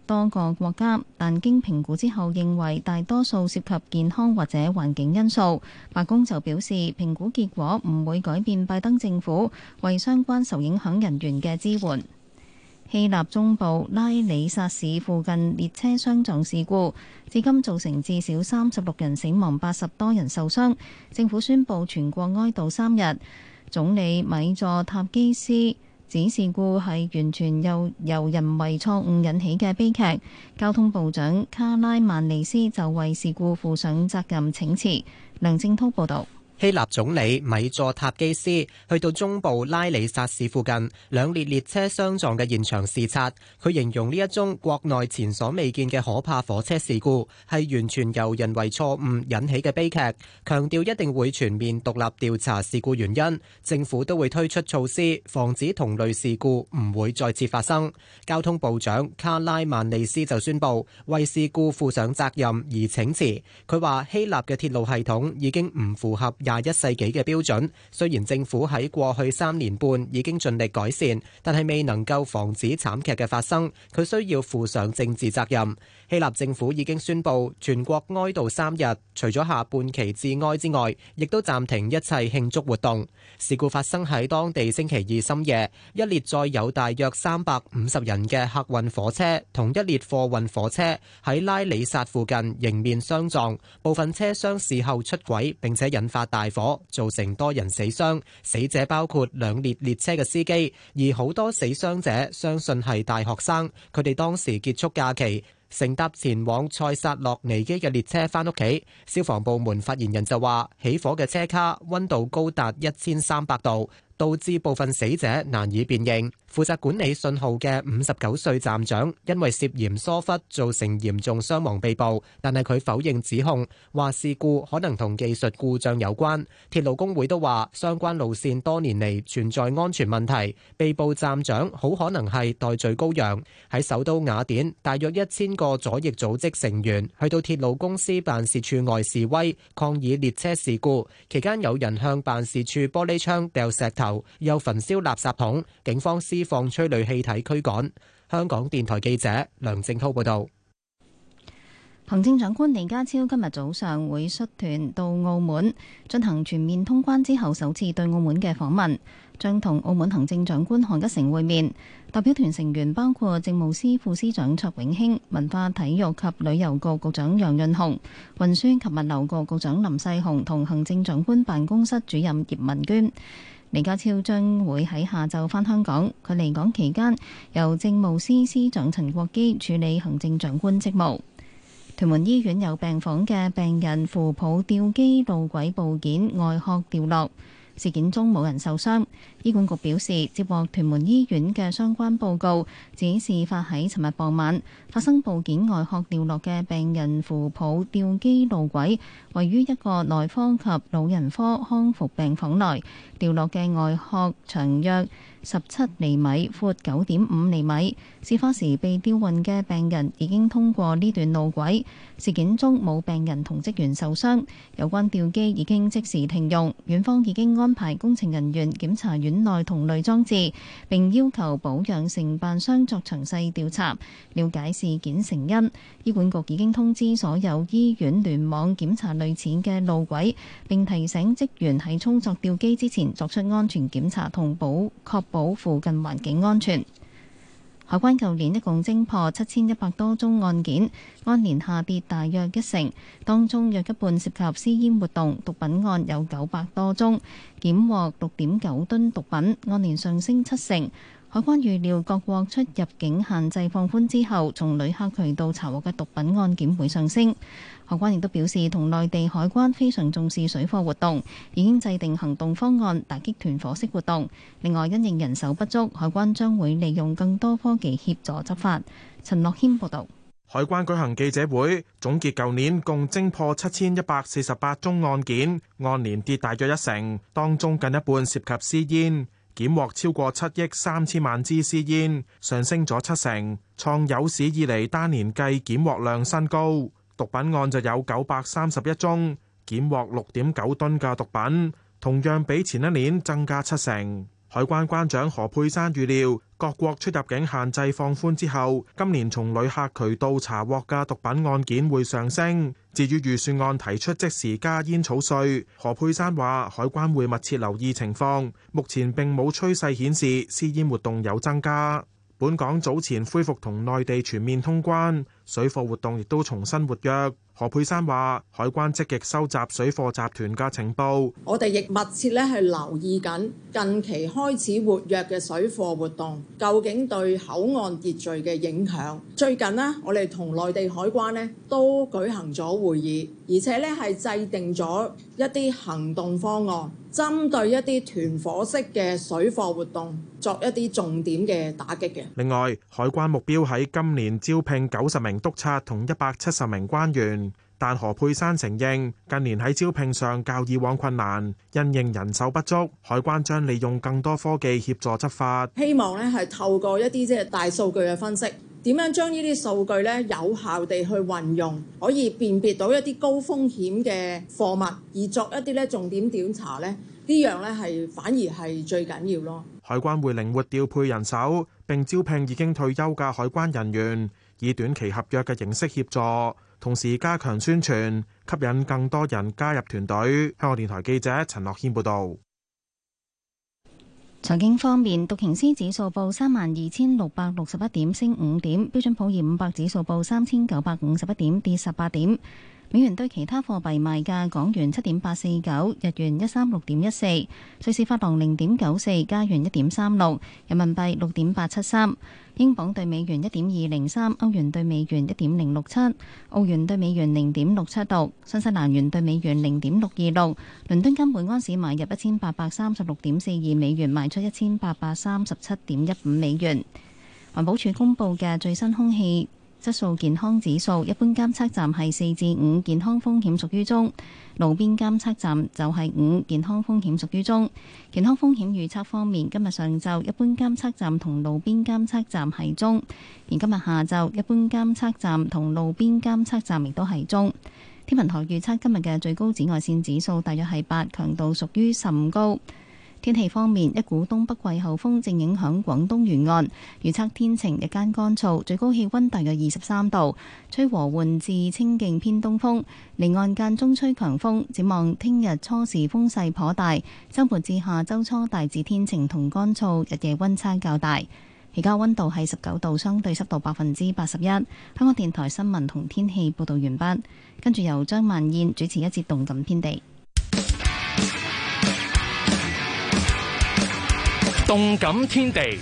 多個國家，但經評估之後認為大多數涉及健康或者環境因素。白宮就表示，評估結果唔會改變拜登政府為相關受影響人員嘅支援。希臘中部拉里薩市附近列車相撞事故，至今造成至少三十六人死亡、八十多人受傷。政府宣布全國哀悼三日。總理米佐塔基斯指事故係完全由由人為錯誤引起嘅悲劇。交通部長卡拉曼尼斯就為事故負上責任請辭。梁正滔報導。 希臘總理米佐塔基斯去到中部拉里薩市附近兩列列車相撞嘅現場視察，佢形容呢一宗國內前所未見嘅可怕火車事故係完全由人為錯誤引起嘅悲劇，強調一定會全面獨立調查事故原因，政府都會推出措施防止同類事故唔會再次發生。交通部長卡拉曼尼斯就宣布為事故負上責任而請辭。佢話希臘嘅鐵路系統已經唔符合廿一世紀嘅標準，雖然政府喺過去三年半已經盡力改善，但係未能夠防止慘劇嘅發生，佢需要負上政治責任。希臘政府已經宣布全國哀悼三日，除咗下半旗致哀之外，亦都暫停一切慶祝活動。事故發生喺當地星期二深夜，一列載有大約三百五十人嘅客運火車同一列貨運火車喺拉里薩附近迎面相撞，部分車廂事後出軌並且引發大火，造成多人死傷，死者包括兩列列車嘅司機，而好多死傷者相信係大學生，佢哋當時結束假期，乘搭前往塞薩洛尼基嘅列車返屋企。消防部門發言人就話，起火嘅車卡溫度高達一千三百度，導致部分死者難以辨認。負責管理信號嘅五十九歲站長因為涉嫌疏忽造成嚴重傷亡被捕，但係佢否認指控，話事故可能同技術故障有關。鐵路工會都話相關路線多年嚟存在安全問題，被捕站長好可能係代罪羔羊。喺首都雅典，大約一千個左翼組織成員去到鐵路公司辦事處外示威，抗議列車事故。期間有人向辦事處玻璃窗掉石頭，又焚燒垃圾桶，警方施放催淚氣體驅趕。香港電台記者梁正濤報道。 行政長官李家超今日早上會率團到澳門進行全面通關之後首次對澳門嘅訪問，將同澳門行政長官賀一誠會面。代表團成員包括政務司副司長卓永興、文化體育及旅遊局局長楊潤雄、運輸及物流局局長林世雄同行政長官辦公室主任葉文娟。李家超將會喺下晝返香港，佢離港期間由政務司司長陳國基處理行政長官職務。屯門醫院有病房嘅病人扶抱吊機路軌部件外殼掉落，事件中冇人受傷。醫管局表示，接獲屯門醫院嘅相關報告，指事發喺尋日傍晚，發生部件外殼掉落嘅病人扶抱吊機路軌位於一個內科及老人科康復病房內，掉落嘅外殼長約十七厘米，闊九點五厘米。事發時被吊運嘅病人已經通過呢段路軌，事件中冇病人同職員受傷。有關吊機已經即時停用，院方已經安排工程人員檢查院內同類裝置，並要求保養承辦商作詳細調查，了解事件成因。醫管局已經通知所有醫院聯網檢查類似嘅路軌，並提醒職員喺操作吊機之前作出安全檢查同保確保附近環境安全。海關舊年一共偵破七千一百多宗案件，按年下跌大約一成，當中約一半涉及私煙活動，毒品案有九百多宗，檢獲六點九噸毒品，按年上升七成。海關預料各國出入境限制放寬之後，從旅客渠道查獲嘅毒品案件會上升。海關亦都表示，同內地海關非常重視水貨活動，已經制定行動方案打擊團伙式活動。另外，因應人手不足，海關將會利用更多科技協助執法。陳樂軒報導。 海關舉行記者會，總結舊年共偵破七千一百四十八宗案件，按年跌大約一成，當中近一半涉及私煙。檢獲超過七億三千萬支私煙，上升咗七成，創有史以嚟單年計檢獲量新高。毒品案就有九百三十一宗，檢獲六點九噸嘅毒品，同樣比前一年增加七成。海關關長何佩珊預料， 各國出入境限制放寬之後，今年從旅客渠道查獲嘅毒品案件會上升。至於預算案提出即時加煙草稅，何佩珊話海關會密切留意情況，目前並冇趨勢顯示私煙活動有增加。本港早前恢復同內地全面通關，水貨活動亦都重新活躍。何佩珊話：海關積極收集水貨集團嘅情報， 我哋亦密切咧係留意緊近期開始活躍嘅水貨活動，究竟對口岸秩序嘅影響。最近呢，我哋同內地海關呢都舉行咗會議，而且咧係制定咗一啲行動方案，針對一啲團伙式嘅水貨活動作一啲重點嘅打擊嘅。 另外，海關目標喺今年招聘九十名督察同一百七十名關員。但何佩珊承認近年喺招聘上較以往困難，因應人手不足，海關將利用更多科技協助執法。 希望咧係透過一啲即係大數據嘅分析，點樣將呢啲數據咧有效地去運用，可以辨別到一啲高風險嘅貨物，而作一啲咧重點調查咧，呢樣咧係反而係最緊要咯。 海關會靈活調配人手，並招聘已經退休嘅海關人員，以短期合約嘅形式協助。同時加強宣傳，吸引更多人加入團隊。香港電台記者陳樂軒報導。 財經方面，道瓊斯指數報三萬二千六百六十一點，升五點；標準普爾五百指數報三千九百五十一點，跌十八點。美元對其他貨幣賣價：港元七點八四九，日元一三六點一四，瑞士法郎零點九四，加元一點三六，人民幣六點八七三，英鎊對美元一點二零三，歐元對美元一點零六七，澳元對美元零點六七六，新西蘭元對美元零點六二六。倫敦金每安士買入一千八百三十六點四二美元，賣出一千八百三十七點一五美元。環保署公布嘅最新空氣質素健康指數，一般監測站係四至五，健康風險屬於中；路邊監測站就係五，健康風險屬於中。健康風險預測方面，今日上晝一般監測站同路邊監測站係中，而今日下晝一般監測站同路邊監測站亦都係中。天文台預測今日嘅最高紫外線指數大約係八，強度屬於甚高。天氣方面，一股東北季候風正影響廣東沿岸，預測天晴，日間乾燥，最高氣溫大約二十三度，吹和緩至清勁偏東風，離岸間中吹強風。展望聽日初時風勢頗大，週末至下週初大致天晴同乾燥，日夜溫差較大。而家溫度係十九度，相對濕度百分之八十一。香港電台新聞同天氣報導完畢，跟住由張曼燕主持一節動感天地。 動感天地，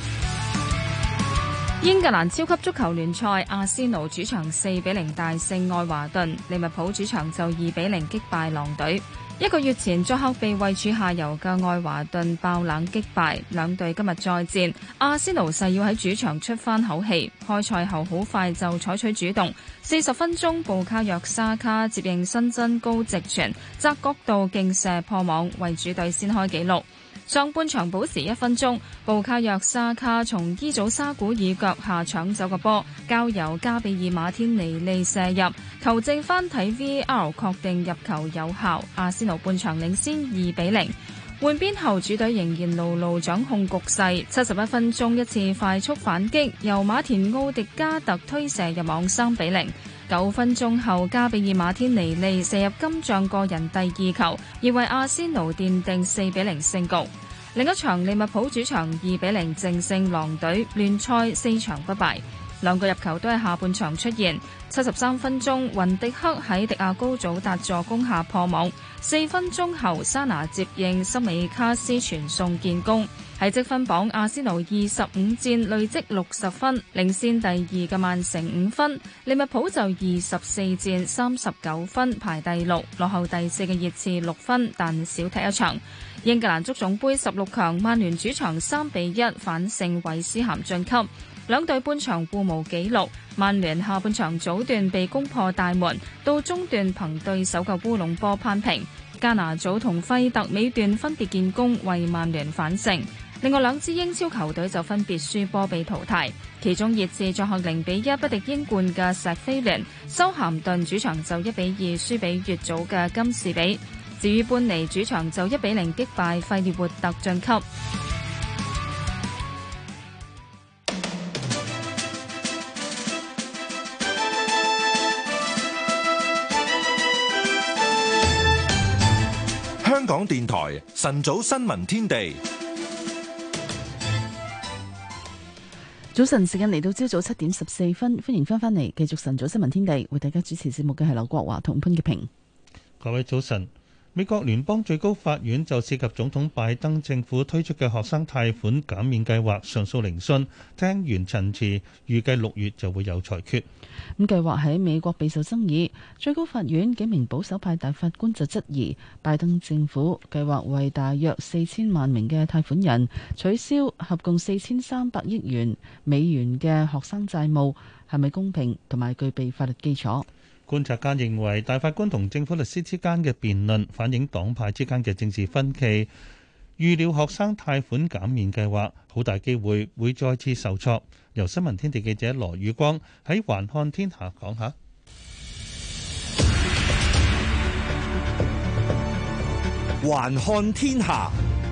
英格蘭超級足球聯賽，阿仙奴主場四比零大勝愛華頓，利物浦主場就二比零擊敗狼隊。一個月前作客被位處下游嘅愛華頓爆冷擊敗，兩隊今日再戰，阿仙奴誓要喺主場出翻口氣。開賽後好快就採取主動，四十分鐘布卡約沙卡接應新增高直傳，窄角度勁射破網，為主隊先開紀錄。上半場補時一分鐘，布卡約沙卡從伊祖沙古爾腳下搶走個波，交由加比爾馬天尼利射入，球證翻睇 V R 確定入球有效，阿仙奴半場領先二比零。換邊後主隊仍然牢牢掌控局勢，七十一分鐘一次快速反擊，由馬田奧迪加特推射入網三比零。九分鐘後，加比爾馬天尼利射入今仗個人第二球，而為阿仙奴奠定四比零勝局。另一場利物浦主場二比零淨勝狼隊，聯賽四場不敗。兩個入球都係下半場出現。七十三分鐘，雲迪克喺迪亞高祖達助攻下破網。四分鐘後，沙拿接應森美卡斯傳送建功。喺積分榜，阿仙奴二十五戰累積六十分，領先第二嘅曼城五分。利物浦就二十四戰三十九分，排第六，落後第四嘅熱刺六分，但少踢一場。英格蘭足總杯十六強，曼聯主場三比一反勝韋斯咸晉級。兩隊半場互無紀錄，曼聯下半場早段被攻破大門，到中段憑對手嘅烏龍波攀平。加拿祖同費特尾段分別建功，為曼聯反勝。另外兩支英超球隊就分別輸波被淘汰，其中熱刺作客零比一不敵英冠嘅錫菲聯，修咸頓主場就一比二輸俾乙組嘅金士比。至於班尼主場就一比零擊敗費列活特晉級。 港電台晨早新聞天地。 早晨時間嚟到朝早七點十四分，歡迎翻返嚟繼續晨早新聞天地，為大家主持節目嘅係劉國華同潘潔平。 各位早晨。美國聯邦最高法院就涉及總統拜登政府推出嘅學生貸款減免計劃上訴聆訊，聽完陳詞，預計六月就會有裁決。 咁計劃喺美國備受爭議，最高法院幾名保守派大法官就質疑拜登政府計劃為大約四千萬名嘅貸款人取消合共四千三百億元美元嘅學生債務，係咪公平同埋具備法律基礎？ 觀察家認為，大法官同政府律師之間嘅辯論反映黨派之間嘅政治分歧。預料學生貸款減免計劃好大機會會再次受挫。由新聞天地記者羅宇光喺環看天下講下。 環看天下。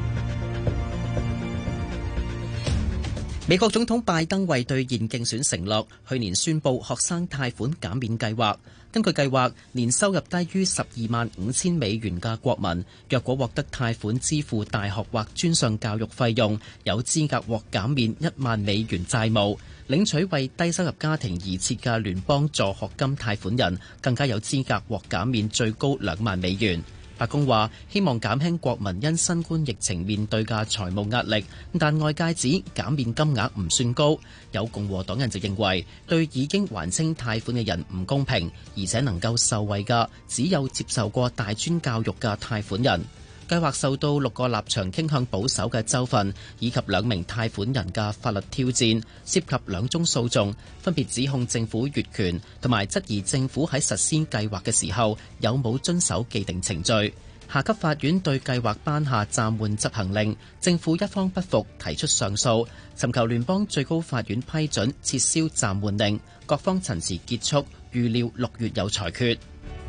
美國總統拜登為兌現競選承諾，去年宣布學生貸款減免計劃。根據計劃，年收入低於十二萬五千美元嘅國民，若果獲得貸款支付大學或專上教育費用，有資格獲減免一萬美元債務。領取為低收入家庭而設嘅聯邦助學金貸款人，更加有資格獲減免最高兩萬美元。白宮話希望減輕國民因新冠疫情面對嘅財務壓力，但外界指減免金額唔算高。有共和黨人就認為對已經還清貸款嘅人唔公平，而且能夠受惠嘅只有接受過大專教育嘅貸款人。計劃受到六個立場傾向保守嘅州份以及兩名貸款人嘅法律挑戰，涉及兩宗訴訟，分別指控政府越權同埋質疑政府喺實施計劃嘅時候有冇遵守既定程序。下級法院對計劃頒下暫緩執行令，政府一方不服提出上訴，尋求聯邦最高法院批准撤銷暫緩令。各方陳詞結束，預料六月有裁決。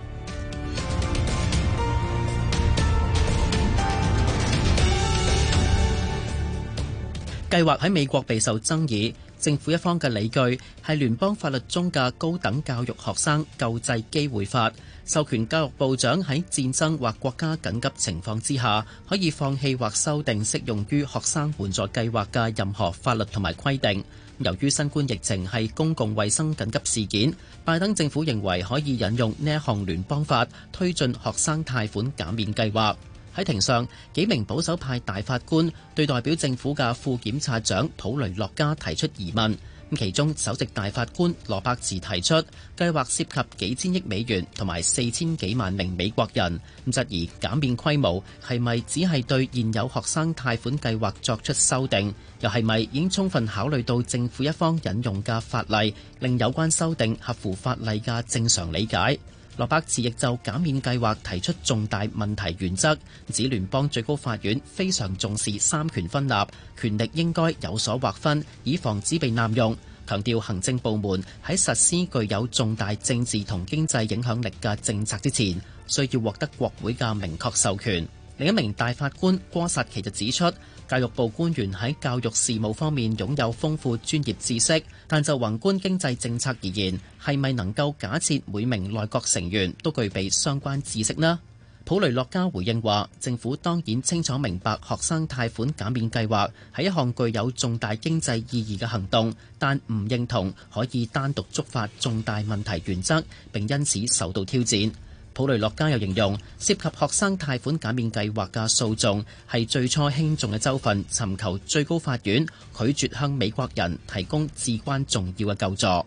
計劃喺美國備受爭議，政府一方嘅理據係聯邦法律中嘅高等教育學生救濟機會法，授權教育部長喺戰爭或國家緊急情況之下，可以放棄或修訂適用於學生援助計劃嘅任何法律同埋規定。由於新冠疫情係公共衛生緊急事件，拜登政府認為可以引用呢一項聯邦法推進學生貸款減免計劃。喺庭上，幾名保守派大法官對代表政府嘅副檢察長普雷洛加提出疑問。其中首席大法官羅伯茨提出計劃涉及幾千億美元同埋四千幾萬名美國人，質疑減免規模係咪只係對現有學生貸款計劃作出修訂，又係咪已經充分考慮到政府一方引用嘅法例，令有關修訂合乎法例嘅正常理解。羅伯茨亦就減免計劃提出重大問題原則，指聯邦最高法院非常重視三權分立，權力應該有所劃分，以防止被濫用。強調行政部門喺實施具有重大政治同經濟影響力嘅政策之前，需要獲得國會嘅明確授權。另一名大法官戈薩奇就指出，教育部官員喺教育事務方面擁有豐富專業知識，但就宏觀經濟政策而言，係咪能夠假設每名內閣成員都具備相關知識呢？普雷洛加回應話，政府當然清楚明白學生貸款減免計劃係一項具有重大經濟意義嘅行動，但唔認同可以單獨觸發重大問題原則，並因此受到挑戰。普雷洛加又形容涉及學生貸款減免計劃嘅訴訟係最初輕重嘅州份尋求最高法院拒絕向美國人提供至關重要嘅救助。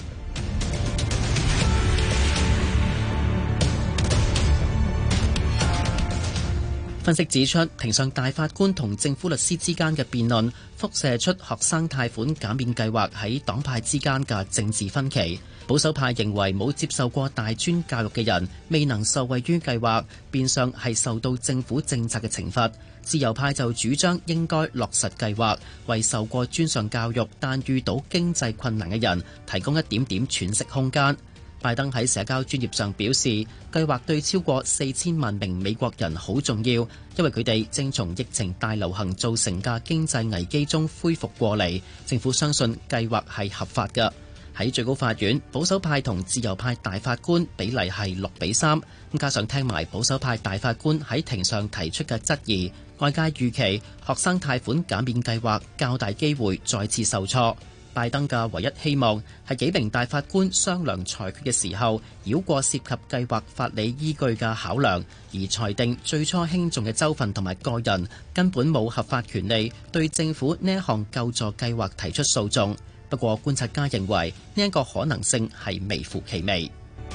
分析指出，庭上大法官同政府律師之間嘅辯論輻射出學生貸款減免計劃喺黨派之間嘅政治分歧。保守派認為冇接受過大專教育嘅人未能受惠於計劃，變相係受到政府政策嘅懲罰。自由派就主張應該落實計劃，為受過專上教育但遇到經濟困難嘅人提供一點點喘息空間。拜登喺社交專頁上表示，計劃對超過四千萬名美國人好重要，因為佢哋正從疫情大流行造成嘅經濟危機中恢復過嚟。政府相信計劃係合法嘅。 喺最高法院，保守派同自由派大法官比例係六比三。咁加上聽埋保守派大法官喺庭上提出嘅質疑，外界預期學生貸款減免計劃較大機會再次受挫。拜登嘅唯一希望係幾名大法官商量裁決嘅時候，繞過涉及計劃法理依據嘅考量，而裁定最初輕重嘅州份同埋個人根本冇合法權利對政府呢一項救助計劃提出訴訟。不過觀察家認為呢一個可能性係微乎其微。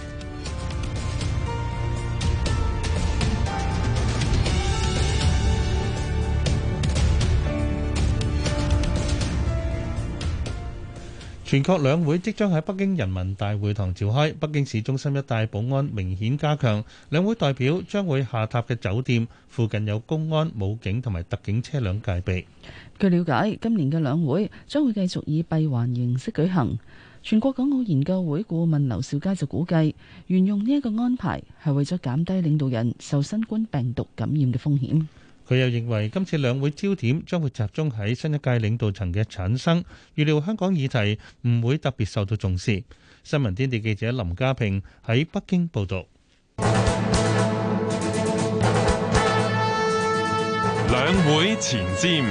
全國兩會即將喺北京人民大會堂召開，北京市中心一帶保安明顯加強，兩會代表將會下榻嘅酒店附近有公安、武警同埋特警車輛戒備。 據了解，今年嘅兩會將會繼續以閉環形式舉行。全國港澳研究會顧問劉兆佳就估計，沿用呢一個安排係為咗減低領導人受新冠病毒感染嘅風險。 佢又認為今次兩會焦點將會集中喺新一屆領導層嘅產生，預料香港議題唔會特別受到重視。新聞天地記者林家平喺北京報導。 兩會前瞻。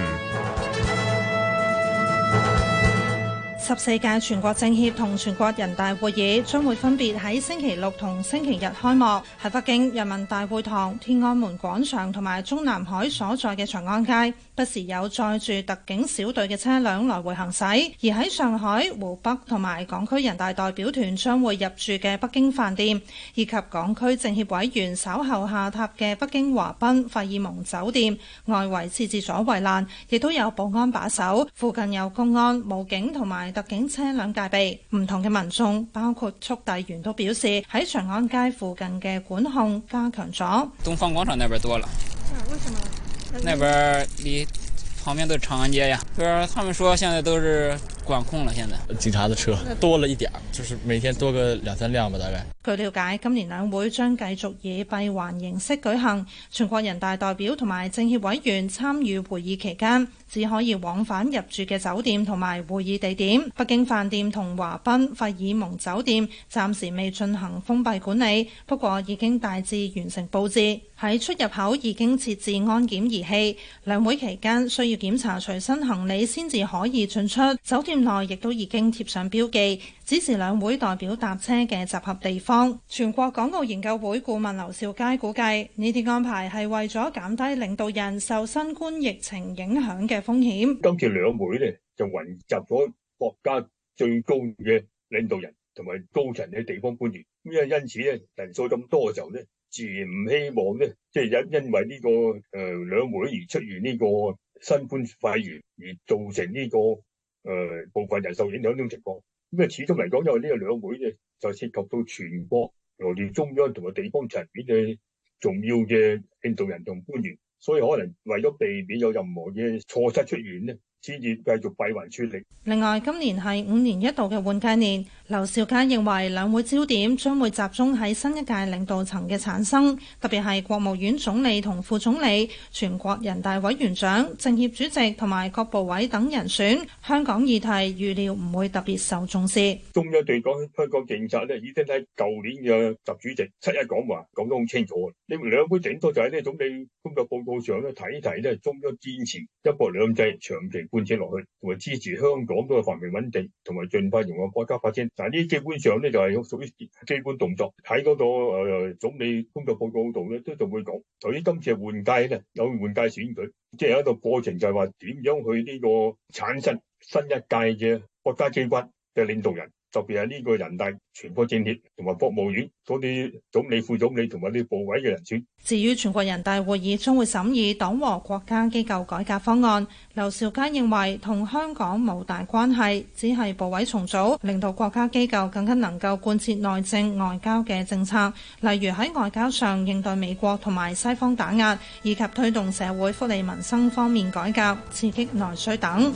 十四屆全國政協同全國人大會議將會分別喺星期六同星期日開幕，喺北京人民大會堂、天安門廣場同埋中南海所在嘅長安街，不時有載住特警小隊嘅車輛來回行駛。而喺上海、湖北同埋港區人大代表團將會入住嘅北京飯店，以及港區政協委員稍後下榻嘅北京華賓費爾蒙酒店，外圍設置咗圍欄，亦都有保安把守，附近有公安、武警同埋特警車輛戒備。唔同嘅民眾包括速遞員都表示喺長安街附近嘅管控加強咗。 東方廣場那邊多了。 啊，為什麼？ 那邊離旁邊都是長安街呀。就是他們說現在都是管控了，現在警察的車多了一點，就是每天多個兩三輛吧，大概。 據了解，今年兩會將繼續以閉環形式舉行，全國人大代表同埋政協委員參與會議期間，只可以往返入住嘅酒店同埋會議地點。北京飯店同華賓費爾蒙酒店暫時未進行封閉管理，不過已經大致完成佈置。喺出入口已經設置安檢儀器，兩會期間需要檢查隨身行李先至可以進出。酒店內亦都已經貼上標記，指示兩會代表搭車嘅集合地方。全國港澳研究會顧問劉兆佳估計，呢啲安排係為咗減低領導人受新冠疫情影響嘅風險。 今次兩會呢，就雲集咗國家最高嘅領導人同埋高層嘅地方官員，因為因此咧人數咁多嘅時候咧，自然唔希望咧，即係因因為呢個誒兩會而出現呢個新冠肺炎而造成呢個誒部分人受影響呢種情況。咁啊，始終嚟講，因為呢個兩會咧就涉及到全國由住中央同埋地方層面嘅重要嘅領導人同官員，所以可能為咗避免有任何嘅錯失出現咧，先至繼續閉環處理。 另外，今年係五年一度嘅換屆年，劉兆佳認為兩會焦點將會集中喺新一屆領導層嘅產生，特別係國務院總理同副總理、全國人大委員長、政協主席同埋各部委等人選。香港議題預料唔會特別受重視。 中央對講香港政策咧，已經喺舊年嘅習主席七一講話講得好清楚。你兩會頂多就喺呢總理工作報告上咧睇一睇咧，中央堅持一國兩制長期貫徹落去，同埋支持香港嗰個繁榮穩定，同埋盡快融入國家發展。但係呢基本上咧就係屬於基本動作。喺嗰個誒總理工作報告度咧都仲會講，由於今次係換屆咧，有換屆選舉，即係有一個過程就係話點樣去呢個產生新一屆嘅國家機關嘅領導人。特別係呢個人大、全國政協同埋國務院嗰啲總理、副總理同埋啲部委嘅人選。 至於全國人大會議將會審議黨和國家機構改革方案，劉兆佳認為同香港冇大關係，只係部委重組，令到國家機構更加能夠貫徹內政外交嘅政策，例如喺外交上應對美國同埋西方打壓，以及推動社會福利民生方面改革，刺激內需等。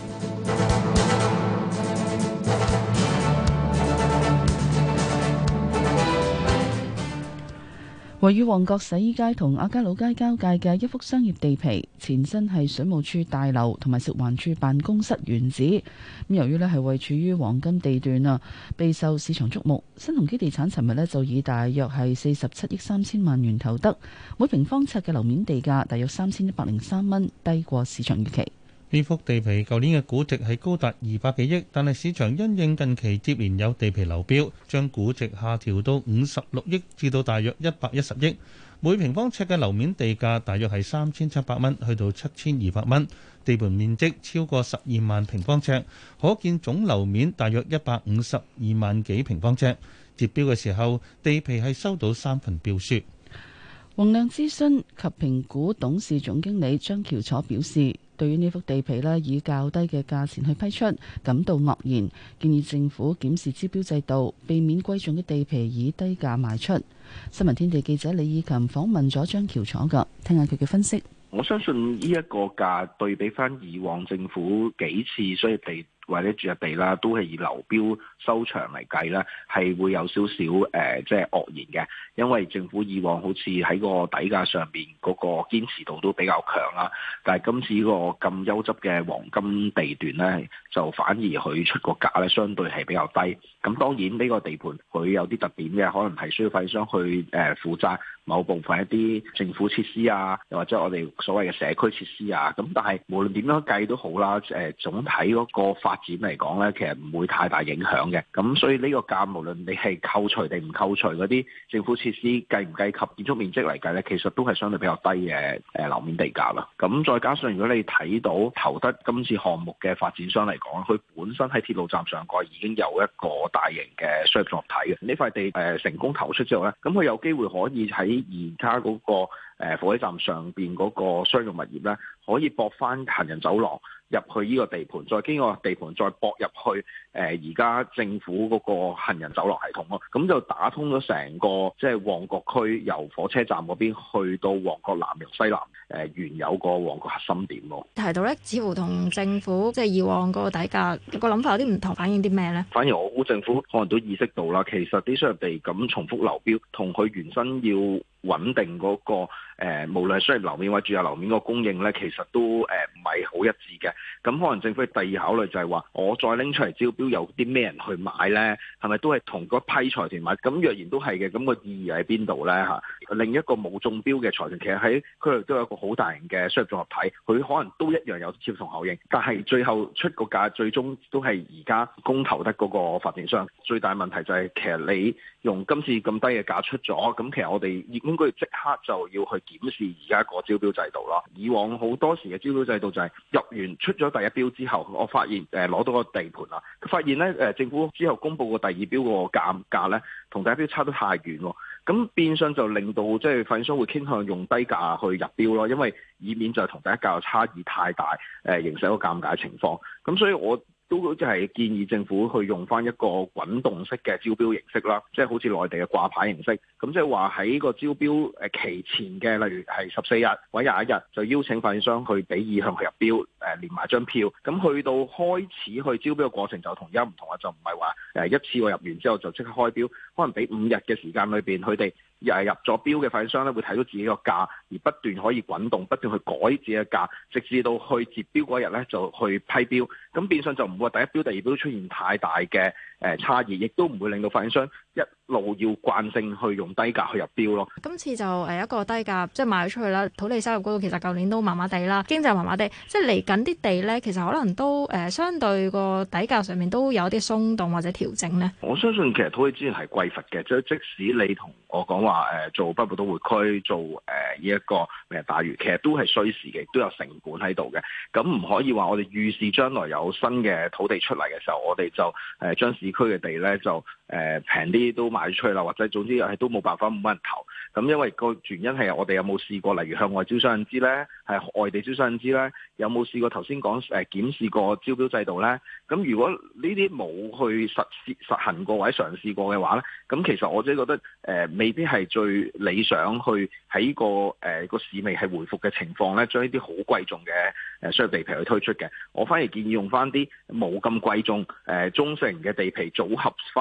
位於旺角洗衣街同亞皆老街交界嘅一幅商業地皮，前身係水務署大樓同埋食環署辦公室原址。咁由於咧係位處於黃金地段啊，備受市場矚目。新鴻基地產尋日咧就以大約係四十七億三千萬元投得，每平方尺嘅樓面地價大約三千一百零三蚊，低過市場預期。 呢幅地皮舊年嘅估值係高達二百幾億，但係市場因應近期接連有地皮流標，將估值下調到五十六億至到大約一百一十億。每平方尺嘅樓面地價大約係三千七百蚊，去到七千二百蚊。地盤面積超過十二萬平方尺，可見總樓面大約一百五十二萬幾平方尺。截標嘅時候，地皮係收到三份標書。 宏亮諮詢及評估董事總經理張喬楚表示，對於呢幅地皮呢以較低嘅價錢去批出，感到愕然，建議政府檢視招標制度，避免貴重嘅地皮以低價賣出。新聞天地記者李以琴訪問咗張喬楚㗎，聽下佢嘅分析。 我相信呢一個價對比翻以往政府幾次商業地或者住宅地啦，都係以流標收場嚟計啦，係會有少少誒、呃，即係愕然嘅。因為政府以往好似喺個底價上邊嗰個堅持度都比較強啦，但係今次呢個咁優質嘅黃金地段咧，就反而佢出個價咧，相對係比較低。咁當然呢個地盤佢有啲特點嘅，可能係需要發展商去誒、呃、負責某部分一啲政府設施啊，又或者我哋所謂嘅社區設施啊。咁但係無論點樣計都好啦，誒、呃、總體嗰個發展嚟講咧，其實唔會太大影響嘅。咁所以呢個價無論你係扣除定唔扣除嗰啲政府設施，計唔計及建築面積嚟計咧，其實都係相對比較低嘅誒樓面地價啦。咁再加上如果你睇到投得今次項目嘅發展商嚟講，佢本身喺鐵路站上蓋已經有一個大型嘅商業綜合體嘅。呢塊地誒、呃、成功投出之後咧，咁佢有機會可以喺而家嗰個誒火車站上邊嗰個商業物業咧，可以駁翻行人走廊入去呢個地盤，再經過地盤再駁入去誒而家政府嗰個行人走廊系統咯，咁就打通咗成個即係旺角區由火車站嗰邊去到旺角南由西南誒、呃、原有個旺角核心點咯。 提到咧，似乎同政府即係以往嗰個底價個諗法有啲唔同，反映啲咩咧？ 反而我估政府可能都意識到啦，其實啲商業地咁重複流標，同佢原身要穩定嗰、那個誒、呃，無論係商業樓面或者住宅樓面個供應咧，其實都誒唔係好一致嘅。咁可能政府嘅第二考慮就係話，我再拎出嚟招標，有啲咩人去買咧？係咪都係同嗰批財團買？咁若然都係嘅，咁、那個意義喺邊度咧？嚇，另一個冇中標嘅財團，其實喺區內都有一個好大型嘅商業綜合體，佢可能都一樣有協同效應。但係最後出個價，最終都係而家公投得嗰個發展商。最大問題就係、是、其實你用今次咁低嘅價出咗，咁其實我哋應該即刻就要去檢視而家個招標制度啦。以往好多時嘅招標制度就係入完出咗第一標之後，我發現誒攞到個地盤啦，發現咧誒政府之後公佈個第二標個價價咧，同第一標差得太遠喎。咁變相就令到即係發展商會傾向用低價去入標咯，因為以免就係同第一價差異太大，誒形成一個尷尬情況。咁所以我都即係建議政府去用翻一個滾動式嘅招標形式啦，即係好似內地嘅掛牌形式。咁即係話喺個招標誒期前嘅，例如係十四日或者廿一日，就邀請發展商去俾意向去入標，誒連埋張票。咁去到開始去招標嘅過程就同而家唔同啦，就唔係話誒一次過入完之後就即刻開標，可能俾五日嘅時間裏邊，佢哋又係入咗標嘅發展商咧，會睇到自己個價，而不斷可以滾動，不斷去改自己嘅價，直至到去截標嗰日咧就去批標。咁變相就唔會第一標、第二標出現太大嘅誒差異，亦都唔會令到發展商一路要慣性去用低價去入標咯。 今次就誒一個低價即係賣咗出去啦，土地收入嗰度其實舊年都麻麻地啦，經濟麻麻地，即係嚟緊啲地咧，其實可能都誒、呃、相對個底價上面都有啲鬆動或者調整咧。 我相信其實土地資源係匱乏嘅，即係即使你同我講話誒做北部都會區做誒呢一個明日大嶼，其實都係需時嘅，都有成本喺度嘅。咁唔可以話我哋預示將來有新嘅土地出嚟嘅時候，我哋就誒將市區嘅地咧就誒平啲都賣出去啦，或者總之係都冇辦法冇乜人投。咁因為個原因係我哋有冇試過，例如向外招商引資咧，係外地招商引資咧，有冇試過頭先講誒檢視過招標制度咧？咁如果呢啲冇去實施實行過或者嘗試過嘅話咧，咁其實我自己覺得誒、呃、未必係最理想去喺、個誒、呃、個市未係回復嘅情況咧，將呢啲好貴重嘅誒商業地皮去推出嘅。我反而建議用翻啲冇咁貴重誒、呃、中型嘅地皮組合翻。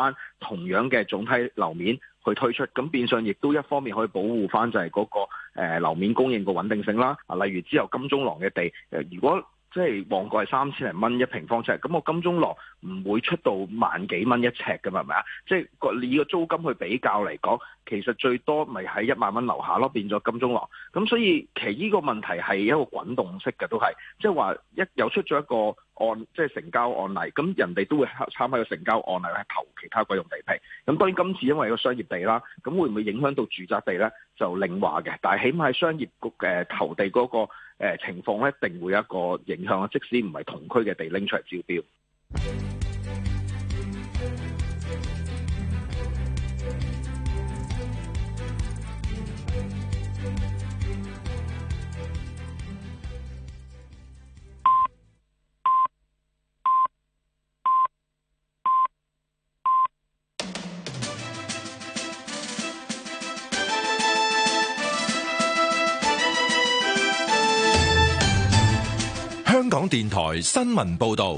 同樣嘅總體樓面去推出，咁變相亦都一方面可以保護翻就係嗰個誒樓面供應個穩定性啦。啊，例如之後金鐘廊嘅地，誒如果即係旺角係三千零蚊一平方尺，咁我金鐘廊唔會出到萬幾蚊一尺㗎嘛，係咪啊？即係個以個租金去比較嚟講，其實最多咪喺一萬蚊樓下咯，變咗金鐘廊。咁所以其實呢個問題係一個滾動式嘅，都係即係話一有出咗一個案，即係成交案例，咁人哋都會參考個成交案例去投其他鬼用地皮。咁當然今次因為個商業地啦，咁會唔會影響到住宅地咧？就另話嘅。但係起碼喺商業局誒投地嗰個誒情況咧，一定會有一個影響，即使唔係同區嘅地拎出嚟招標。 香港電台新聞報道，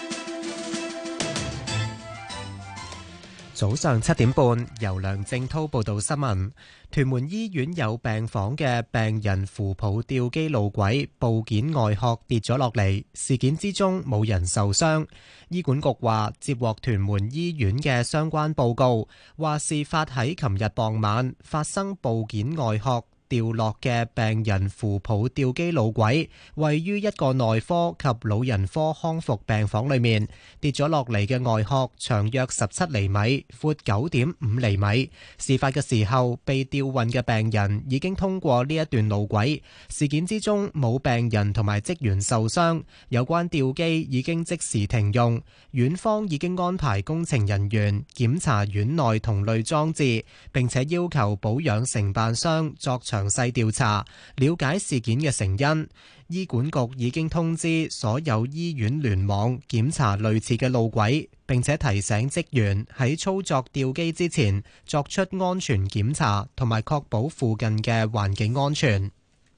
早上七點半，由梁正濤報道新聞。屯門醫院有病房嘅病人扶抱吊機路軌部件外殼跌咗落嚟，事件之中冇人受傷。醫管局話接獲屯門醫院嘅相關報告，話事發喺琴日傍晚發生部件外殼掉落嘅病人扶抱吊機路軌，位於一個內科及老人科康復病房裏面，跌咗落嚟嘅外殼長約十七厘米，闊九點五厘米。事發嘅時候，被吊運嘅病人已經通過呢一段路軌。事件之中冇病人同埋職員受傷，有關吊機已經即時停用。院方已經安排工程人員檢查院內同類裝置，並且要求保養承辦商作詳細調查，了解事件嘅成因。醫管局已經通知所有醫院聯網檢查類似嘅路軌，並且提醒職員喺操作吊機之前作出安全檢查，同埋確保附近嘅環境安全。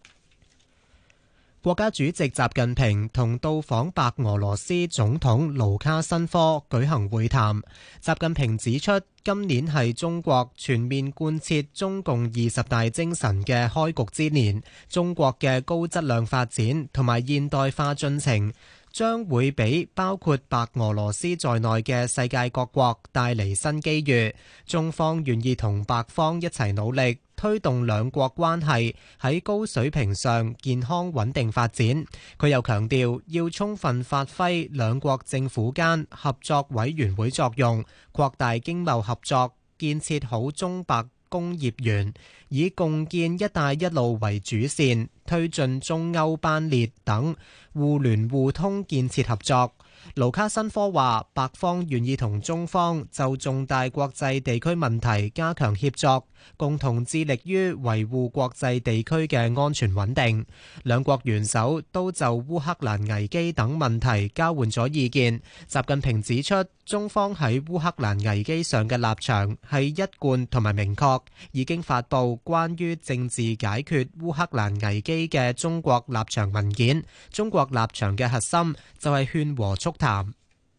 國家主席習近平同到訪白俄羅斯總統盧卡申科舉行會談。習近平指出，今年係中國全面貫徹中共二十大精神嘅開局之年，中國嘅高質量發展同埋現代化進程將會俾包括白俄羅斯在內嘅世界各國帶嚟新機遇。中方願意同白方一齊努力，推動兩國關係喺高水平上健康穩定發展。佢又強調，要充分發揮兩國政府間合作委員會作用，擴大經貿合作，建設好中白工業園，以共建一帶一路為主線，推進中歐班列等互聯互通建設合作。盧卡申科話，白方願意同中方就重大國際地區問題加強協作，共同致力於維護國際地區嘅安全穩定。兩國元首都就烏克蘭危機等問題交換咗意見。習近平指出，中方喺烏克蘭危機上嘅立場係一貫同埋明確，已經發布關於政治解決烏克蘭危機嘅中國立場文件。中國立場嘅核心就係勸和促談。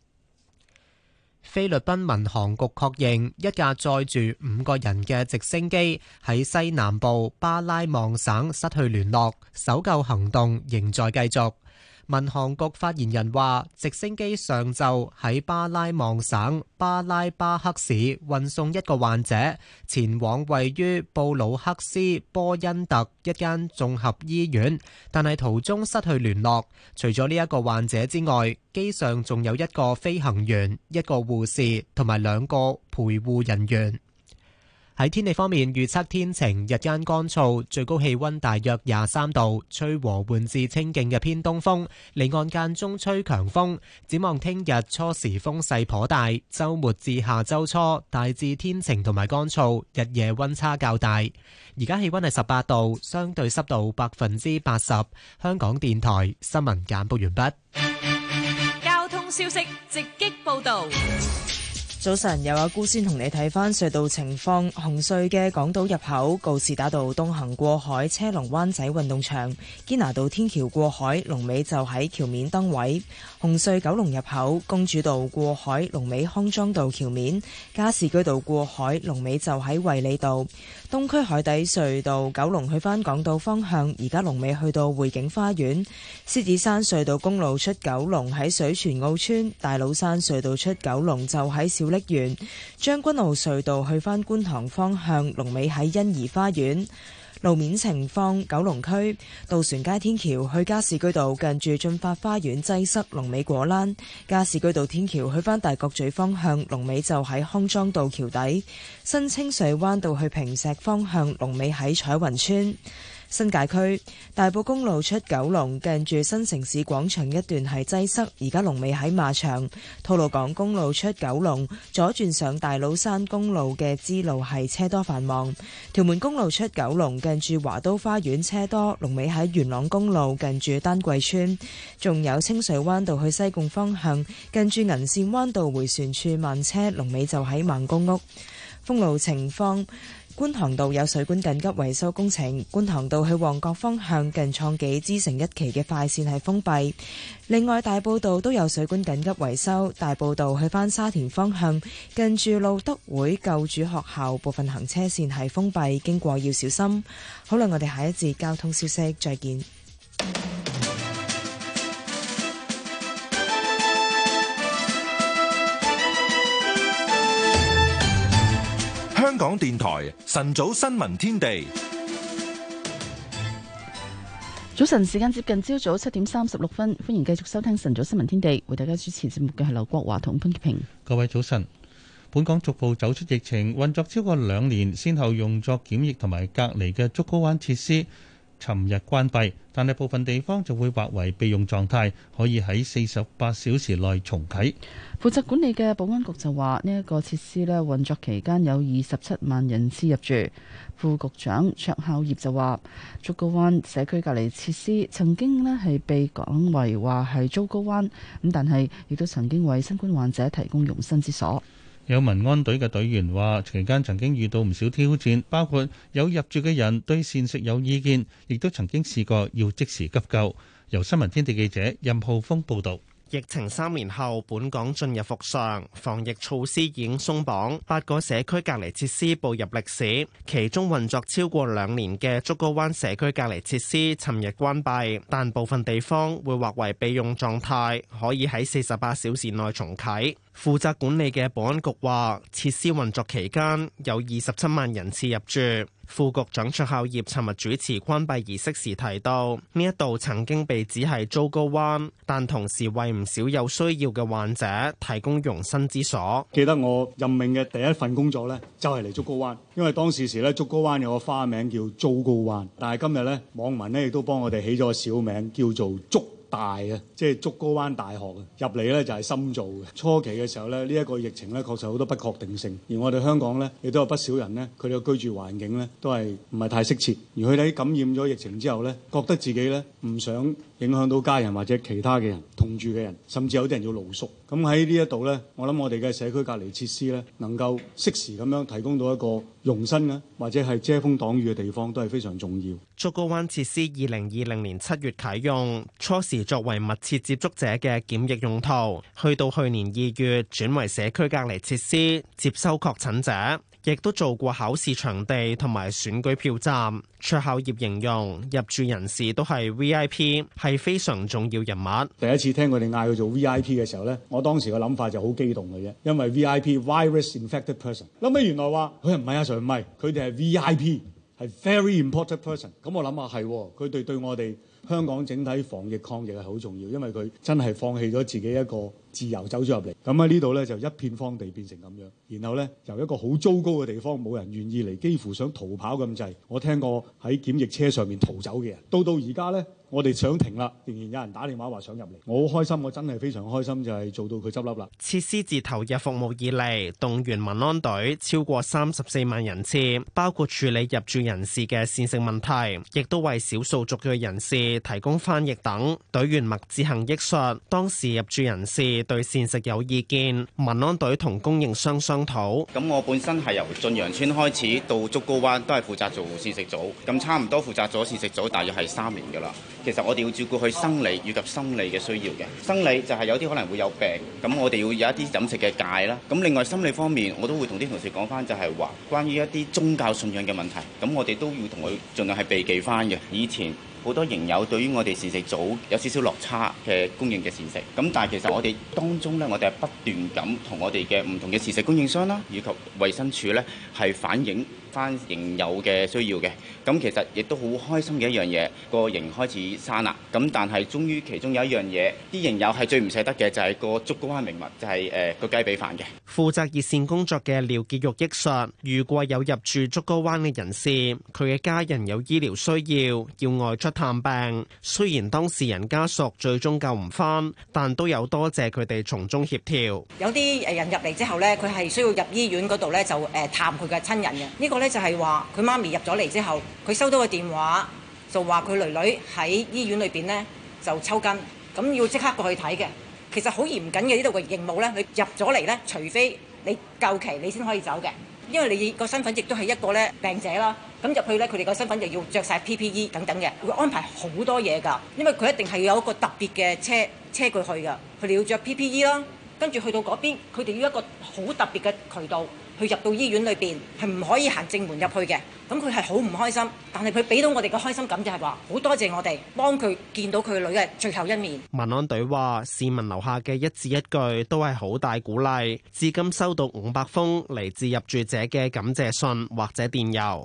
菲律賓民航局確認一架載住五個人嘅直升機喺西南部巴拉望省失去聯絡，搜救行動仍在繼續。民航局發言人話，直升機上晝喺巴拉望省巴拉巴克市運送一個患者前往位於布魯克斯波恩特一間綜合醫院，但係途中失去聯絡。除咗呢一個患者之外，機上仲有一個飛行員、一個護士同埋兩個陪護人員。喺天氣方面，預測天晴，日間乾燥，最高氣溫大約廿三度，吹和緩至清勁嘅偏東風，離岸間中吹強風。展望聽日初時風勢頗大，周末至下周初大致天晴同埋乾燥，日夜溫差較大。而家氣溫係十八度，相對濕度百分之八十。香港電台新聞簡報完畢。 交通消息直擊報道。 早晨，有阿姑先同你睇翻隧道情況。紅隧嘅港島入口告士打道東行過海車龍灣仔運動場，堅拿道天橋過海龍尾就喺橋面燈位。紅隧九龍入口公主道過海龍尾康莊道橋面，加士居道過海龍尾就喺衛理道。東區海底隧道九龍去返港島方向，而家龍尾去到匯景花園。獅子山隧道公路出九龍喺水泉澳村，大老山隧道出九龍就喺小瀝源。將軍澳隧道去返觀塘方向，龍尾喺欣怡花園。路面情況，九龍區渡船街天橋去加士居道近住駿發花園擠塞，龍尾果欄；加士居道天橋去返大角咀方向，龍尾就喺康莊道橋底。新清水灣道去坪石方向，龍尾喺彩雲村。新界區大埔公路出九龍近住新城市廣場一段係擠塞，而家龍尾喺馬場。吐露港公路出九龍左轉上大老山公路嘅支路係車多繁忙。屯門公路出九龍近住華都花園車多，龍尾喺元朗公路近住丹桂村。仲有清水灣道去西貢方向近住銀線灣道回旋處慢車，龍尾就喺孟公屋。封路情況，觀塘道有水管緊急維修工程，觀塘道去旺角方向近創紀之城一期嘅快線係封閉。另外，大埔道都有水管緊急維修，大埔道去返沙田方向近住路德會救主學校部分行車線係封閉，經過要小心。好啦，我哋下一節交通消息再見。 香港電台晨早新聞天地， 早晨時間接近朝早七點三十六分，歡迎繼續收聽晨早新聞天地，為大家主持節目嘅係劉國華同潘潔平。 各位早晨，本港逐步走出疫情，運作超過兩年，先後用作檢疫同埋隔離嘅竹篙灣設施，尋日關閉，但係部分地方就會劃為備用狀態，可以喺四十八小時內重啟。 負責管理嘅保安局就話，呢一個設施咧運作期間有二十七萬人次入住。副局長卓孝業就話，竹篙灣社區隔離設施曾經咧係被講為話係糟糕灣，咁但係亦都曾經為新冠患者提供容身之所。 有民安隊嘅隊員話，期間曾經遇到唔少挑戰，包括有入住嘅人對膳食有意見，亦都曾經試過要即時急救。由新聞天地記者任浩峰報導。 疫情三年後，本港進入復常，防疫措施已經鬆綁，八個社區隔離設施步入歷史。其中運作超過兩年嘅竹篙灣社區隔離設施，尋日關閉，但部分地方會劃為備用狀態，可以喺四十八小時內重啟。負責管理嘅保安局話，設施運作期間有二十七萬人次入住。副局長卓孝業尋日主持關閉儀式時提到，呢一度曾經被指係糟糕灣，但同時為唔少有需要嘅患者提供容身之所。 記得我任命嘅第一份工作呢，就係嚟竹篙灣，因為當時時咧竹篙灣有個花名叫糟糕灣，但係今日咧網民咧亦都幫我哋起咗個小名叫做竹大啊，即係竹篙灣大學啊，入嚟咧就係深造嘅。初期嘅時候咧，呢一個疫情咧確實好多不確定性，而我哋香港咧亦都有不少人咧，佢哋嘅居住環境咧都係唔係太適切，而佢哋喺感染咗疫情之後咧，覺得自己咧唔想影響到家人或者其他嘅人同住嘅人，甚至有啲人要露宿。咁喺呢一度咧，我諗我哋嘅社區隔離設施咧，能夠適時咁樣提供到一個容身啊，或者係遮風擋雨嘅地方，都係非常重要。 竹篙灣設施二零二零年七月啟用，初時作為密切接觸者嘅檢疫用途，去到去年二月轉為社區隔離設施，接收確診者。亦都做過考試場地同埋選舉票站。卓孝業形容入住人士都係 V I P， 係非常重要人物。 第一次聽佢哋嗌佢做 V I P 嘅時候呢，我當時個諗法就好激動嘅啫，因為 V I P virus infected person。諗起原來話佢唔係阿 Sir， 唔係，佢哋係 V I P， 係 very important person。咁我諗下係，佢哋對我哋香港整體防疫抗疫係好重要，因為佢真係放棄咗自己一個自由走咗入嚟。咁喺呢度呢，就一片荒地變成咁樣，然後呢，由一個好糟糕嘅地方，冇人願意嚟，幾乎想逃跑咁滯。我聽過喺檢疫車上面逃走嘅人，到到而家呢， 我哋想停啦，仍然有人打電話話想入嚟，我好開心，我真係非常開心，就係做到佢執笠啦。 設施自投入服務以嚟，動員民安隊超過三十四萬人次，包括處理入住人士嘅膳食問題，亦都為少數族裔人士提供翻譯等。隊員麥志恒憶述，當時入住人士對膳食有意見，民安隊同供應商商討。 咁我本身係由駿洋邨開始到竹篙灣都係負責做膳食組，咁差唔多負責咗膳食組大約係三年㗎啦。其實我哋要照顧佢生理以及心理嘅需要嘅。生理就係有啲可能會有病，咁我哋要有一啲飲食嘅戒啦。咁另外心理方面，我都會同啲同事講翻，就係話關於一啲宗教信仰嘅問題，咁我哋都要同佢盡量係避忌翻嘅。以前好多營友對於我哋膳食組有少少落差嘅供應嘅膳食，咁但係其實我哋當中呢，我哋係不斷咁同我哋嘅唔同嘅膳食供應商啦，以及衛生署呢，係反映翻營友嘅需要嘅。咁其實亦都好開心嘅一樣嘢，個營開始生啦。咁但係終於其中有一樣嘢，啲營友係最唔捨得嘅，就係個竹篙灣名物，就係誒個雞髀飯嘅。 負責熱線工作嘅廖潔玉憶述，如果有入住竹篙灣嘅人士，佢嘅家人有醫療需要，要外出探病，雖然當事人家屬最終救唔返，但都有多謝佢哋從中協調。 有啲誒人入嚟之後呢，佢係需要入醫院嗰度呢，就誒探佢嘅親人嘅。呢個呢，就係話佢媽咪入咗嚟之後，佢收到個電話就話佢女女喺醫院裏邊呢就抽筋，咁要即刻過去睇嘅。其實好嚴謹嘅呢度嘅任務呢，你入咗嚟呢，除非你夠期，你先可以走嘅。因為你個身份亦都係一個咧病者啦，咁入去咧佢哋個身份就要着晒 P P E 等等嘅，會安排好多嘢㗎。因為佢一定係有一個特別嘅車車佢去㗎，佢哋要着 P P E 啦，跟住去到嗰邊，佢哋要一個好特別嘅渠道去入到醫院裏邊，係唔可以行正門入去嘅。咁佢係好唔開心，但係佢俾到我哋嘅開心感就係話好多謝我哋幫佢見到佢女嘅最後一面。 民安隊話市民留下嘅一字一句都係好大鼓勵，至今收到五百封嚟自入住者嘅感謝信或者電郵。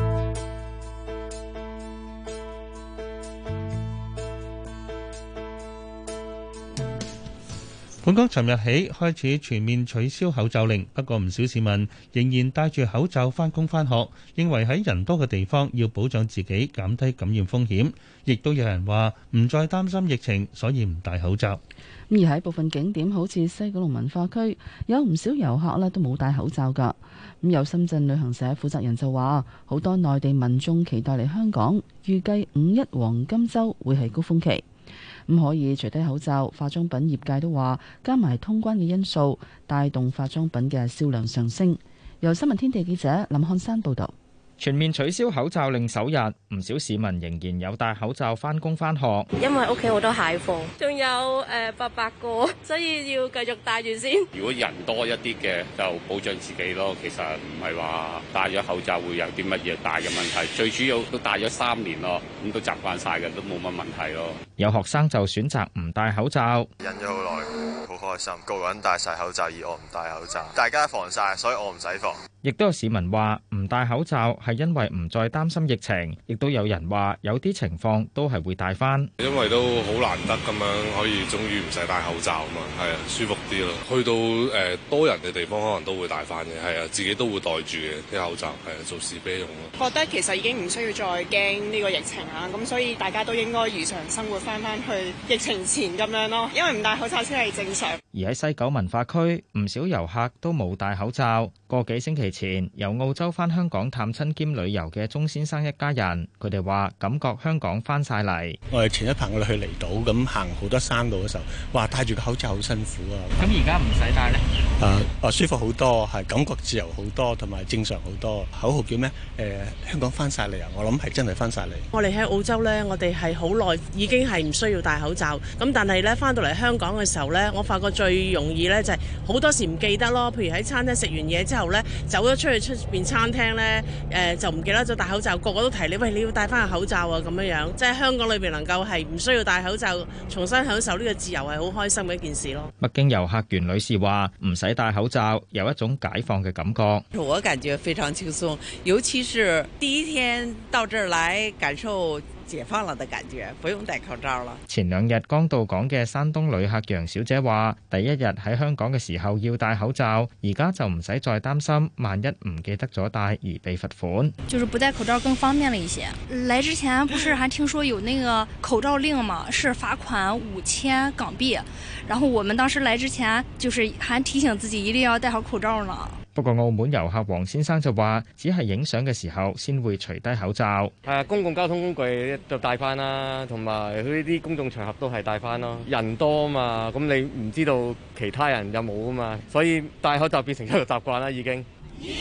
本港尋日起開始全面取消口罩令，不過唔少市民仍然戴住口罩返工返學，認為喺人多嘅地方要保障自己，減低感染風險。亦都有人話唔再擔心疫情，所以唔戴口罩。 而喺部分景點，好似西九龍文化區，有唔少遊客咧都冇戴口罩㗎。咁有深圳旅行社負責人就話，好多內地民眾期待嚟香港，預計五一黃金週會係高峰期。咁可以除低口罩，化妝品業界都話加埋通關嘅因素，帶動化妝品嘅銷量上升。由新聞天地記者林漢山報導。 全面取消口罩令首日，唔少市民仍然有戴口罩返工返學。 因為屋企好多蟹貨，仲有誒八百個，所以要繼續戴住先。 如果人多一啲嘅，就保障自己咯。其實唔係話戴咗口罩會有啲乜嘢大嘅問題，最主要都戴咗三年咯，咁都習慣晒嘅，都冇乜問題咯。 有學生就選擇唔戴口罩， 忍咗好耐，好開心，個個人戴晒口罩，而我唔戴口罩，大家防晒，所以我唔使防。 亦都有市民話唔戴口罩係因為唔再擔心疫情，亦都有人話有啲情況都係會戴翻。 因為都好難得咁樣可以終於唔使戴口罩啊嘛，係啊，舒服啲咯。去到誒、呃、多人嘅地方，可能都會戴翻嘅，係啊，自己都會戴住嘅啲口罩，係啊，做士啤用咯。 覺得其實已經唔需要再驚呢個疫情啦，咁所以大家都應該如常生活翻翻去疫情前咁樣咯，因為唔戴口罩先係正常。 而喺西九文化區，唔少遊客都冇戴口罩。個幾星期前，由澳洲返香港探親兼旅遊嘅鐘先生一家人，佢哋話感覺香港翻晒嚟。 我哋前一排我哋去離島咁行好多山路嘅時候，哇，戴住個口罩好辛苦啊！ 咁而家唔使戴咧？ 啊啊，舒服好多，係感覺自由好多，同埋正常好多。口號叫咩？誒、呃，香港翻晒嚟啊！我諗係真係翻晒嚟。 我哋喺澳洲呢，我哋係好耐已經係唔需要戴口罩，咁但係呢，翻到嚟香港嘅時候呢，我發覺最容易呢就係好多時唔記得咯。譬如喺餐廳食完嘢之後，後咧走咗出去出邊餐廳咧，誒、呃、就唔記得咗戴口罩，個個都提你，喂，你要戴翻個口罩啊，咁樣樣，即係香港裏邊能夠係唔需要戴口罩，重新享受呢個自由係好開心嘅一件事咯。 北京遊客袁女士話：唔使戴口罩有一種解放嘅感覺。 我感覺非常輕鬆，尤其是第一天到這兒來感受解放了的感覺，不用戴口罩了。 前兩日剛到港嘅山東旅客楊小姐話，第一日喺香港嘅時候要戴口罩，而家就唔使再擔心萬一唔記得咗戴而被罰款。 就是不戴口罩更方便了一些。來之前不是還聽說有那個口罩令嘛，是罰款五千港幣。然後我們當時來之前，就是還提醒自己一定要戴好口罩呢。 不過澳門遊客黃先生就話，只係影相嘅時候先會除低口罩。 係公共交通工具就戴翻啦，同埋佢呢啲公眾場合都係戴翻咯。人多啊嘛，咁你唔知道其他人有冇啊嘛，所以戴口罩變成一個習慣啦，已經。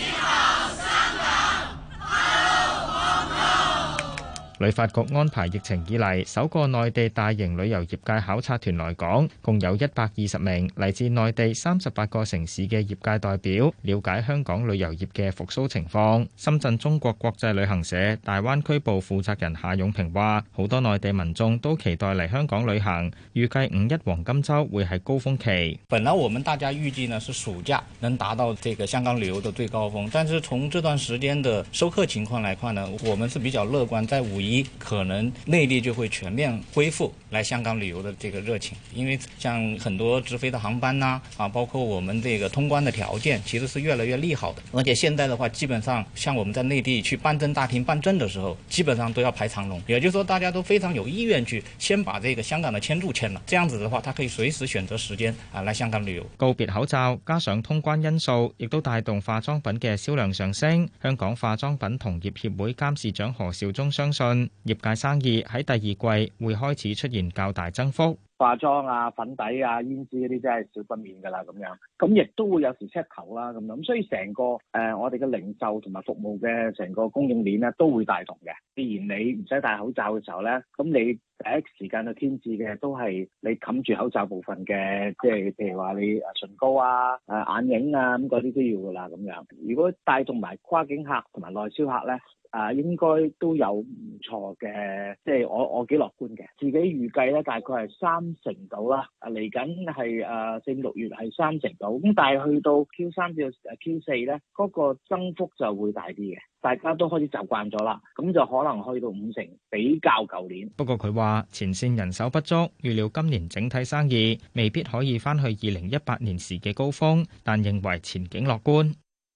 旅發局安排疫情以嚟首個內地大型旅遊業界考察團來港，共有一百二十名嚟自內地三十八個城市嘅業界代表，了解香港旅遊業嘅復甦情況。深圳中國國際旅行社大灣區部負責人夏永平話，好多內地民眾都期待嚟香港旅行，預計五一黃金週會係高峰期。 本來我們大家預計呢是暑假能達到這個香港旅遊的最高峰，但是從這段時間的收客情況來看呢，我們是比較樂觀，在五一一可能內地就會全面恢復來香港旅遊的這個熱情，因為像很多直飛的航班呐，啊，包括我們這個通關的條件，其實是越來越利好的。而且現在的話，基本上像我們在內地去辦證大廳辦證的時候，基本上都要排長龍，也就是說大家都非常有意願去先把這個香港的簽注簽了，這樣子的話，他可以隨時選擇時間啊來香港旅遊。 告別口罩，加上通關因素，亦都帶動化妝品嘅銷量上升。香港化妝品同業協會監事長何兆忠相信，業界生意喺第二季會開始出現較大增幅。 化妝啊、粉底啊、胭脂嗰啲真係少不免㗎啦，咁樣咁亦都會有時 set 頭啦，咁樣咁所以成個誒、呃、我哋嘅零售同埋服務嘅成個供應鏈咧都會帶動嘅。既然你唔使戴口罩嘅時候咧，咁你第一時間去添置嘅都係你冚住口罩部分嘅，即係譬如話你誒唇膏啊、誒眼影啊咁嗰啲都要㗎啦，咁樣如果帶動埋跨境客同埋內銷客咧。啊，應該都有唔錯嘅，即係我我幾樂觀嘅。自己預計咧，大概係三成到啦。啊，嚟緊係誒四五六月係三成到，咁但係去到 Q 三至誒 Q 四咧，嗰個增幅就會大啲嘅。大家都開始習慣咗啦，咁就可能去到五成，比較舊年。 不過佢話前線人手不足，預料今年整體生意未必可以返去二零一八年時嘅高峰，但認為前景樂觀。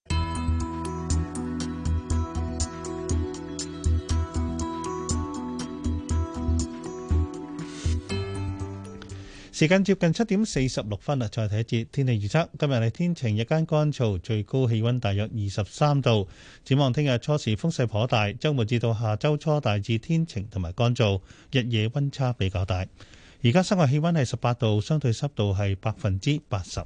時間接近七點四十六分啦，再睇一節天氣預測。今日係天晴，日間乾燥，最高氣溫大約二十三度。展望聽日初時風勢頗大，週末至到下週初大致天晴同埋乾燥，日夜溫差比較大。而家室外氣溫係十八度，相對濕度係百分之八十。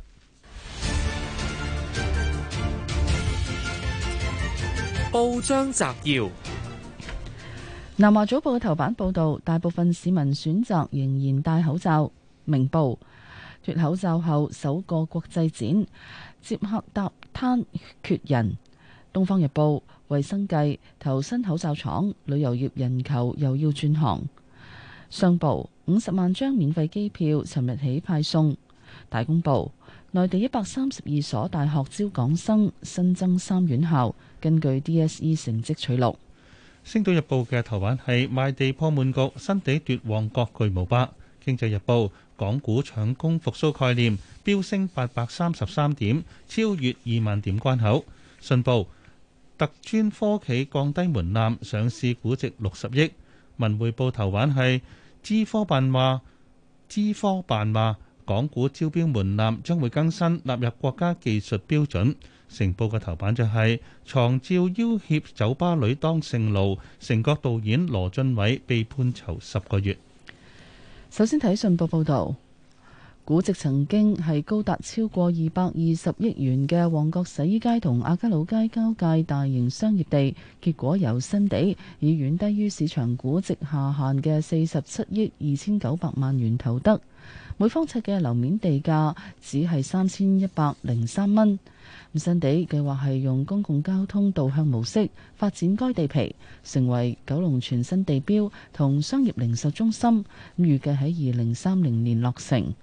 報章摘要。 南華早報嘅頭版報導，大部分市民選擇仍然戴口罩。明報脫口罩後首個國際展，接客搭攤缺人。東方日報衛生計投新口罩廠，旅遊業人球又要轉行。商報五十萬張免費機票，尋日起派送。大公報內地一百三十二所大學招港生，新增三院校，根據 D S E 成績取錄。 星島日報嘅頭版係賣地破滿局，新地奪旺角巨無霸。經濟日報港股搶攻復甦概念，飆升八百三十三點，超越二萬點關口。信報特專科企降低門檻，上市估值六十億。文匯報頭版係資科辦話，資科辦話港股招標門檻將會更新，納入國家技術標準。成報嘅頭版就係床照要挾酒吧女當性奴，成國導演羅俊偉被判囚十個月。 首先睇信報報導，估值曾經係高達超過二百二十億元嘅旺角洗衣街同亞皆老街交界大型商業地，結果由新地以遠低於市場估值下限嘅四十七億二千九百萬元投得，每方尺嘅樓面地價只係三千一百零三蚊。新地計劃係用公共交通導向模式發展該地皮，成為九龍全新地標同商業零售中心。預計喺二零三零年落成。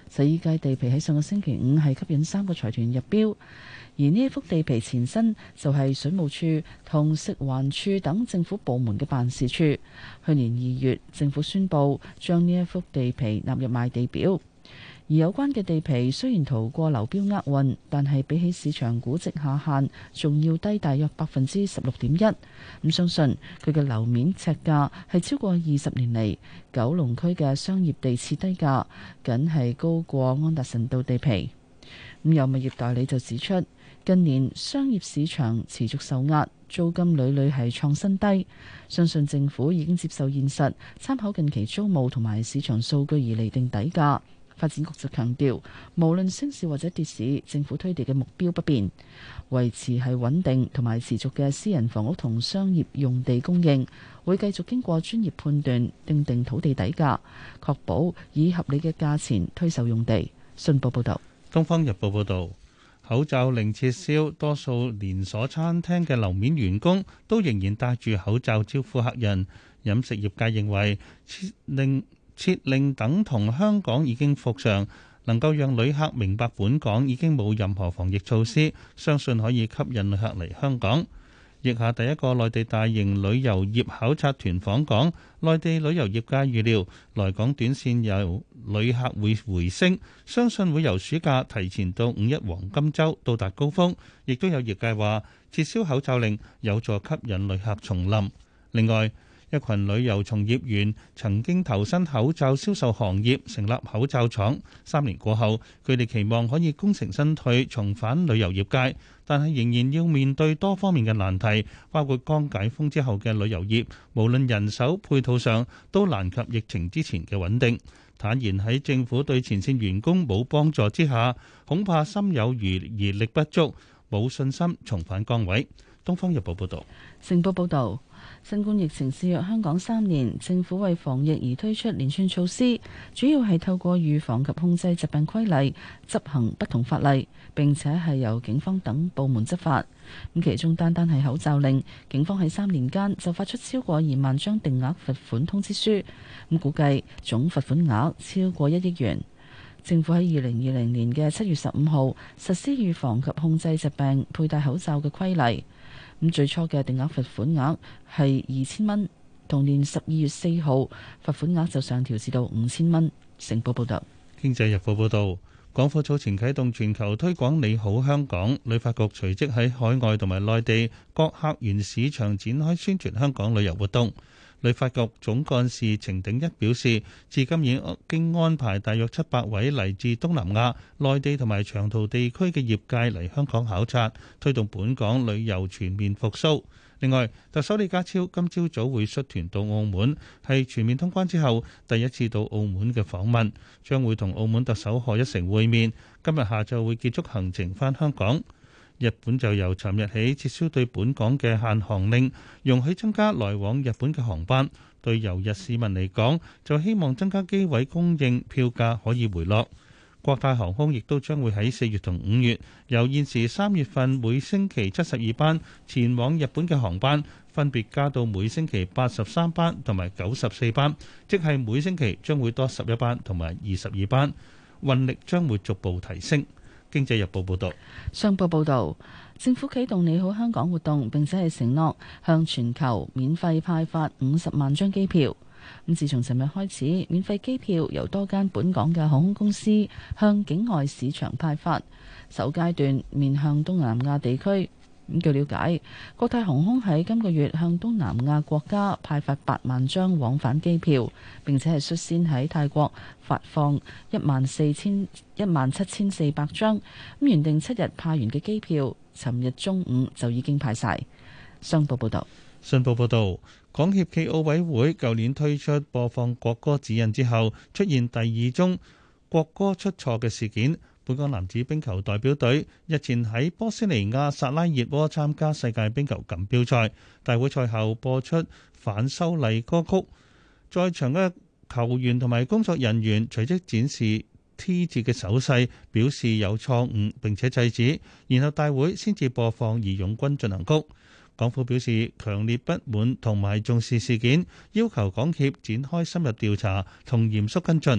洗衣街地皮喺上個星期五係吸引三個財團入標，而呢一幅地皮前身就係水務署同食環署等政府部門嘅辦事處。去年二月，政府宣布將呢一幅地皮納入賣地表。而有關嘅地皮雖然逃過流標厄運，但係比起市場估值下限，仲要低大約百分之十六點一。咁相信佢嘅樓面尺價係超過二十年嚟九龍區嘅商業地次低價，僅係高過安達臣道地皮。咁有物業代理就指出，近年商業市場持續受壓，租金屢屢係創新低。相信政府已經接受現實，參考近期租務同埋市場數據而釐定底價。發展局就強調，無論升市或者跌市，政府推地嘅目標不變，維持係穩定同埋持續嘅私人房屋同商業用地供應，會繼續經過專業判斷，訂定土地底價，確保以合理嘅價錢推售用地。信報報道。 《東方日報》報道，口罩令撤銷，多數連鎖餐廳嘅樓面員工都仍然戴住口罩招呼客人。飲食業界認為撤令撤令等同香港已經復常，能夠讓旅客明白本港已經冇任何防疫措施，相信可以吸引旅客嚟香港。疫下第一個內地大型旅遊業考察團訪港，內地旅遊業界預料來港短線有旅客會回升，相信會由暑假提前到五一黃金週到達高峰。亦都有業界話撤銷口罩令有助吸引旅客重臨。另外，一群旅遊從業員曾經投身口罩銷售行業，成立口罩廠。三年過後，佢哋期望可以功成身退，重返旅遊業界，但係仍然要面對多方面嘅難題，包括剛解封之後嘅旅遊業，無論人手配套上都難及疫情之前嘅穩定。坦言喺政府對前線員工冇幫助之下，恐怕心有餘而力不足，冇信心重返崗位。《東方日報》報導。 成報報導。新冠疫情肆虐香港三年，政府為防疫而推出連串措施，主要係透過預防及控制疾病規例執行不同法例，並且係由警方等部門執法。咁其中單單係口罩令，警方喺三年間就發出超過二萬張定額罰款通知書，咁估計總罰款額超過一億元。政府喺二零二零年嘅七月十五號實施預防及控制疾病佩戴口罩嘅規例。咁最初嘅定額罰款額係二千蚊，同年十二月四號罰款額就上調至到五千蚊。成報報道。 《經濟日報》報道，港府早前啟動全球推廣你好香港，旅發局隨即喺海外同埋內地各客源市場展開宣傳香港旅遊活動。旅發局總幹事程鼎一表示，至今已經安排大約七百位嚟自東南亞、內地同埋長途地區嘅業界嚟香港考察，推動本港旅遊全面復甦。另外，特首李家超今朝早會率團到澳門，係全面通關之後第一次到澳門嘅訪問，將會同澳門特首賀一誠會面。今日下晝會結束行程返香港。日本就由尋日起撤銷對本港嘅限航令，容許增加來往日本嘅航班。對遊日市民嚟講，就希望增加機位供應，票價可以回落。國泰航空亦都將會喺四月同五月，由現時三月份每星期七十二班前往日本嘅航班，分別加到每星期八十三班同埋九十四班，即係每星期將會多十一班同埋二十二班，運力將會逐步提升。經濟日報報道。 商報報道，政府啟動你好香港活動，並且係承諾向全球免費派發五十萬張機票。咁自從尋日開始，免費機票由多間本港嘅航空公司向境外市場派發，首階段面向東南亞地區。咁據了解，國泰航空喺今個月向東南亞國家派發八萬張往返機票，並且係率先喺泰國發放一萬四千一萬七千四百張。咁原定七日派完嘅機票，尋日中午就已經派晒。商報報道。 信報報導，港協暨奧委會舊年推出播放國歌指引之後，出現第二宗國歌出錯嘅事件。本港男子冰球代表隊日前喺波斯尼亞薩拉熱窩參加世界冰球錦標賽，大會賽後播出反修例歌曲，在場嘅球員同埋工作人員隨即展示 T 字嘅手勢，表示有錯誤並且制止，然後大會先至播放義勇軍進行曲。港府表示強烈不滿同埋重視事件，要求港協展開深入調查同嚴肅跟進。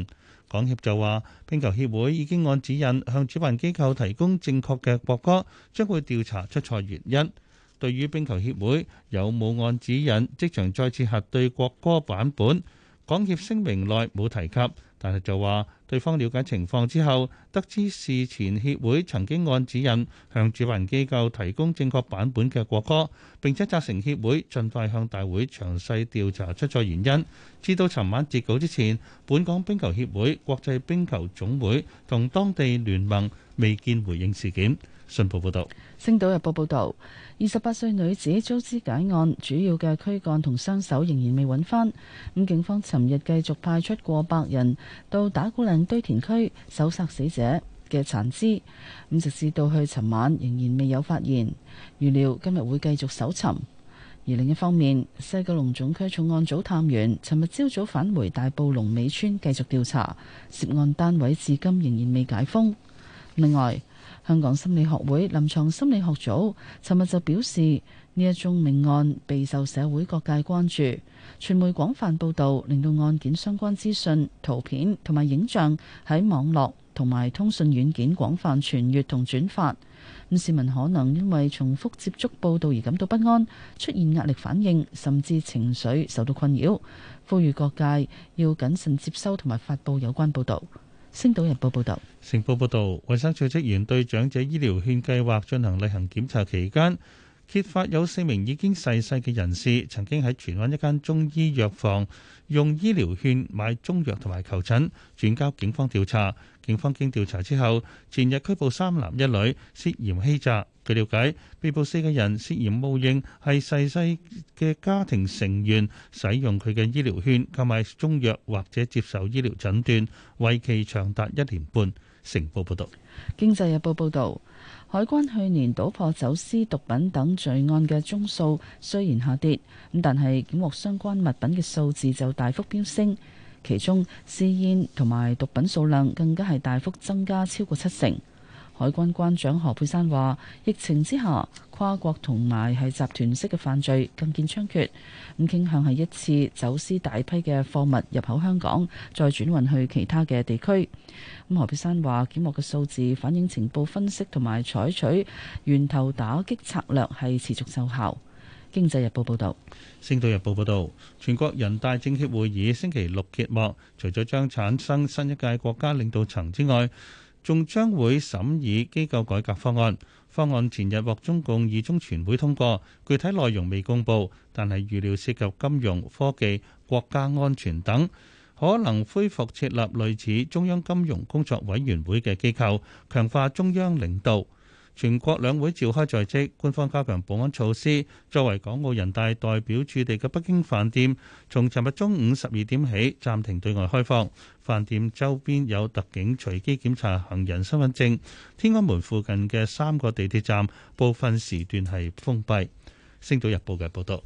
港協就話，冰球協會已經按指引向主辦機構提供正確嘅國歌，將會調查出錯原因。對於冰球協會有冇按指引即場再次核對國歌版本，港協聲明內冇提及，但係就話對方了解情況之後，得知事前協會曾經按指引向主辦機構提供正確版本嘅國歌，並且責成協會盡快向大會詳細調查出錯原因。至到尋晚截稿之前，本港冰球協會、國際冰球總會同當地聯盟未見回應事件。信報報導，《 星島日報》報導，二十八歲女子遭肢解案，主要嘅軀幹同雙手仍然未揾翻。咁警方尋日繼續派出過百人到打鼓嶺堆填區搜索死者嘅殘肢，咁直至到去尋晚仍然未有發現，預料今日會繼續搜尋。而另一方面，西九龍總區重案組探員尋日朝早返回大埔龍尾村繼續調查，涉案單位至今仍然未解封。另外，香港心理學會臨床心理學組尋日就表示，呢一宗命案備受社會各界關注，傳媒廣泛報導，令到案件相關資訊、圖片同埋影像喺網絡同埋通訊軟件廣泛傳閱同轉發。咁市民可能因為重複接觸報導而感到不安，出現壓力反應，甚至情緒受到困擾。呼籲各界要謹慎接收同埋發布有關報導。星島日報報道， 成報報道，衛生署職員對長者醫療券計劃進行例行檢查期間，揭發有四名已經逝世嘅人士曾經喺荃灣一間中醫藥房用醫療券買中藥同埋求診，轉交警方調查。警方經調查之後，前日拘捕三男一女，涉嫌欺詐。據了解，被捕四個人涉嫌冒認係逝世嘅家庭成員，使用佢嘅醫療券購買中藥或者接受醫療診斷，為期長達一年半。成報報道。 經濟日報報導，海關去年搗破走私毒品等罪案嘅宗數雖然下跌，咁但係檢獲相關物品嘅數字就大幅飆升，其中私煙同埋毒品數量更加係大幅增加超過七成。海關關長何佩珊話：疫情之下，跨國同埋係集團式嘅犯罪更見猖獗，咁傾向係一次走私大批嘅貨物入口香港，再轉運去其他嘅地區。咁何佩珊話：檢獲嘅數字反映情報分析同埋採取源頭打擊策略係持續奏效。經濟日報報導， 星島日報報導，全國人大政協會議星期六揭幕，除咗將產生新一屆國家領導層之外，仲將會審議機構改革方案。方案前日獲中共二中全會通過，具體內容未公佈，但係預料涉及金融、科技、國家安全等，可能恢復設立類似中央金融工作委員會嘅機構，強化中央領導。全國兩會召開在即，官方加強保安措施。作為港澳人大代表駐地嘅北京飯店，從尋日中午十二點起暫停對外開放。飯店周邊有特警隨機檢查行人身份證。天安門附近嘅三個地鐵站部分時段係封閉。星島日報嘅報導。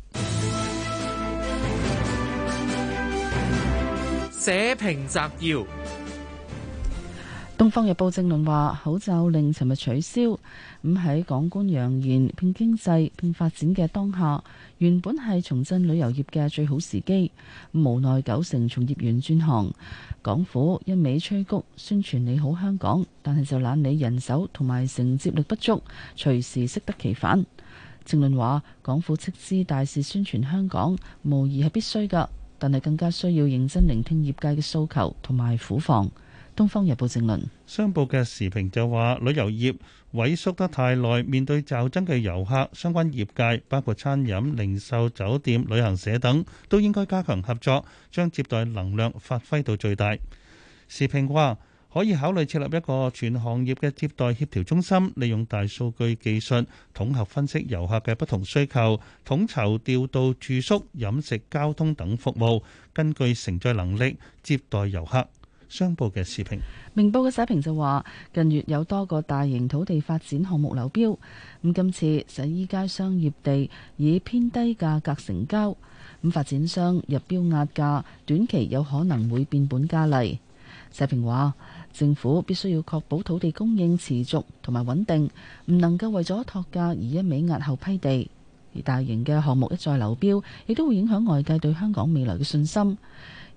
社評摘要。 《東方日報》正論話，口罩令尋日取消，咁喺港官揚言拼經濟、拼發展嘅當下，原本係重振旅遊業嘅最好時機。無奈九成從業員轉行，港府一味催谷宣傳利好香港，但係就懶理人手同埋承接力不足，隨時適得其反。正論話，港府斥資大肆宣傳香港，無疑係必須㗎，但係更加需要認真聆聽業界嘅訴求同埋苦況。《東方日報》正論， 商報嘅時評就話：旅遊業萎縮得太耐，面對驟增嘅遊客，相關業界包括餐飲、零售、酒店、旅行社等，都應該加強合作，將接待能量發揮到最大。時評話：可以考慮設立一個全行業嘅接待協調中心，利用大數據技術統合分析遊客嘅不同需求，統籌調度住宿、飲食、交通等服務，根據承載能力接待遊客。商報嘅時評， 明報嘅社評就話：近月有多個大型土地發展項目流標，咁今次洗衣街商業地以偏低價格成交，咁發展商入標壓價，短期有可能會變本加厲。社評話：政府必須要確保土地供應持續同埋穩定，唔能夠為咗托價而一味押後批地。而大型嘅項目一再流標，亦都會影響外界對香港未來嘅信心。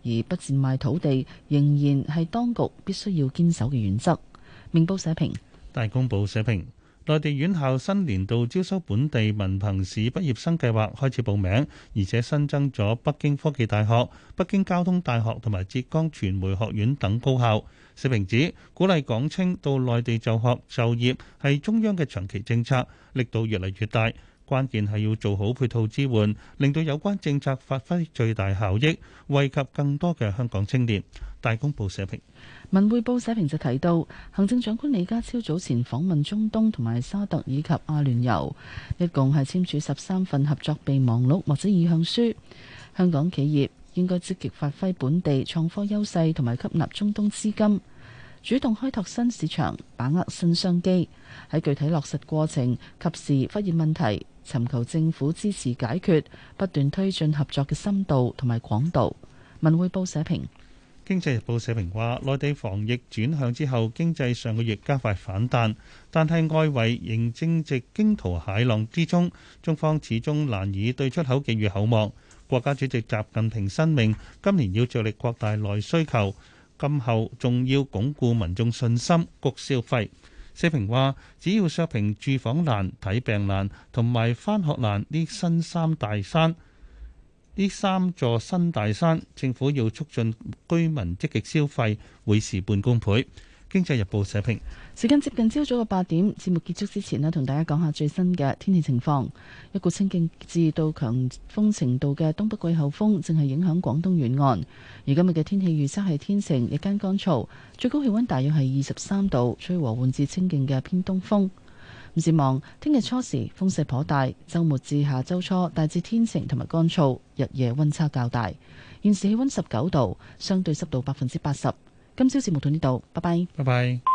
而不賤賣土地仍然係當局必須要堅守嘅原則。明報社評。 大公報社評。內地院校新年度招收本地文憑試畢業生計劃開始報名，而且新增咗北京科技大學、北京交通大學同埋浙江傳媒學院等高校。社評指，鼓勵港青到內地就學就業係中央嘅長期政策，力度越嚟越大。關鍵係要做好配套支援，令到有關政策發揮最大效益，惠及更多嘅香港青年。大公報社評。 文匯報社評就提到，行政長官李家超早前訪問中東同埋沙特以及阿聯酋，一共係簽署十三份合作備忘錄或者意向書。香港企業應該積極發揮本地創科優勢同埋吸納中東資金，主動開拓新市場，把握新商機。喺具體落實過程，及時發現問題，尋求政府支持解決，不斷推進合作嘅深度同埋廣度。文匯報社評。 經濟日報社評話，內地防疫轉向之後，經濟上個月加快反彈，但係外圍仍正值驚濤駭浪之中，中方始終難以對出口寄予厚望。國家主席習近平申明，今年要着力擴大內需求，今後仲要鞏固民眾信心，谷消費。社評話，只要削平住房難、睇病難同埋返學難呢新三大山。呢三座新大山，政府要促進居民積極消費，會事半功倍。經濟日報社評。 時間接近朝早嘅八點，節目結束之前呢，同大家講下最新嘅天氣情況。一股清勁至到強風程度嘅東北季候風正係影響廣東沿岸，而今日嘅天氣預測係天晴，日間乾燥，最高氣溫大約係二十三度，吹和緩至清勁嘅偏東風。展望聽日初時風勢頗大，週末至下週初大致天晴同埋乾燥，日夜溫差較大。現時氣溫十九度，相對濕度百分之八十。今朝節目到呢度，拜拜。 拜拜。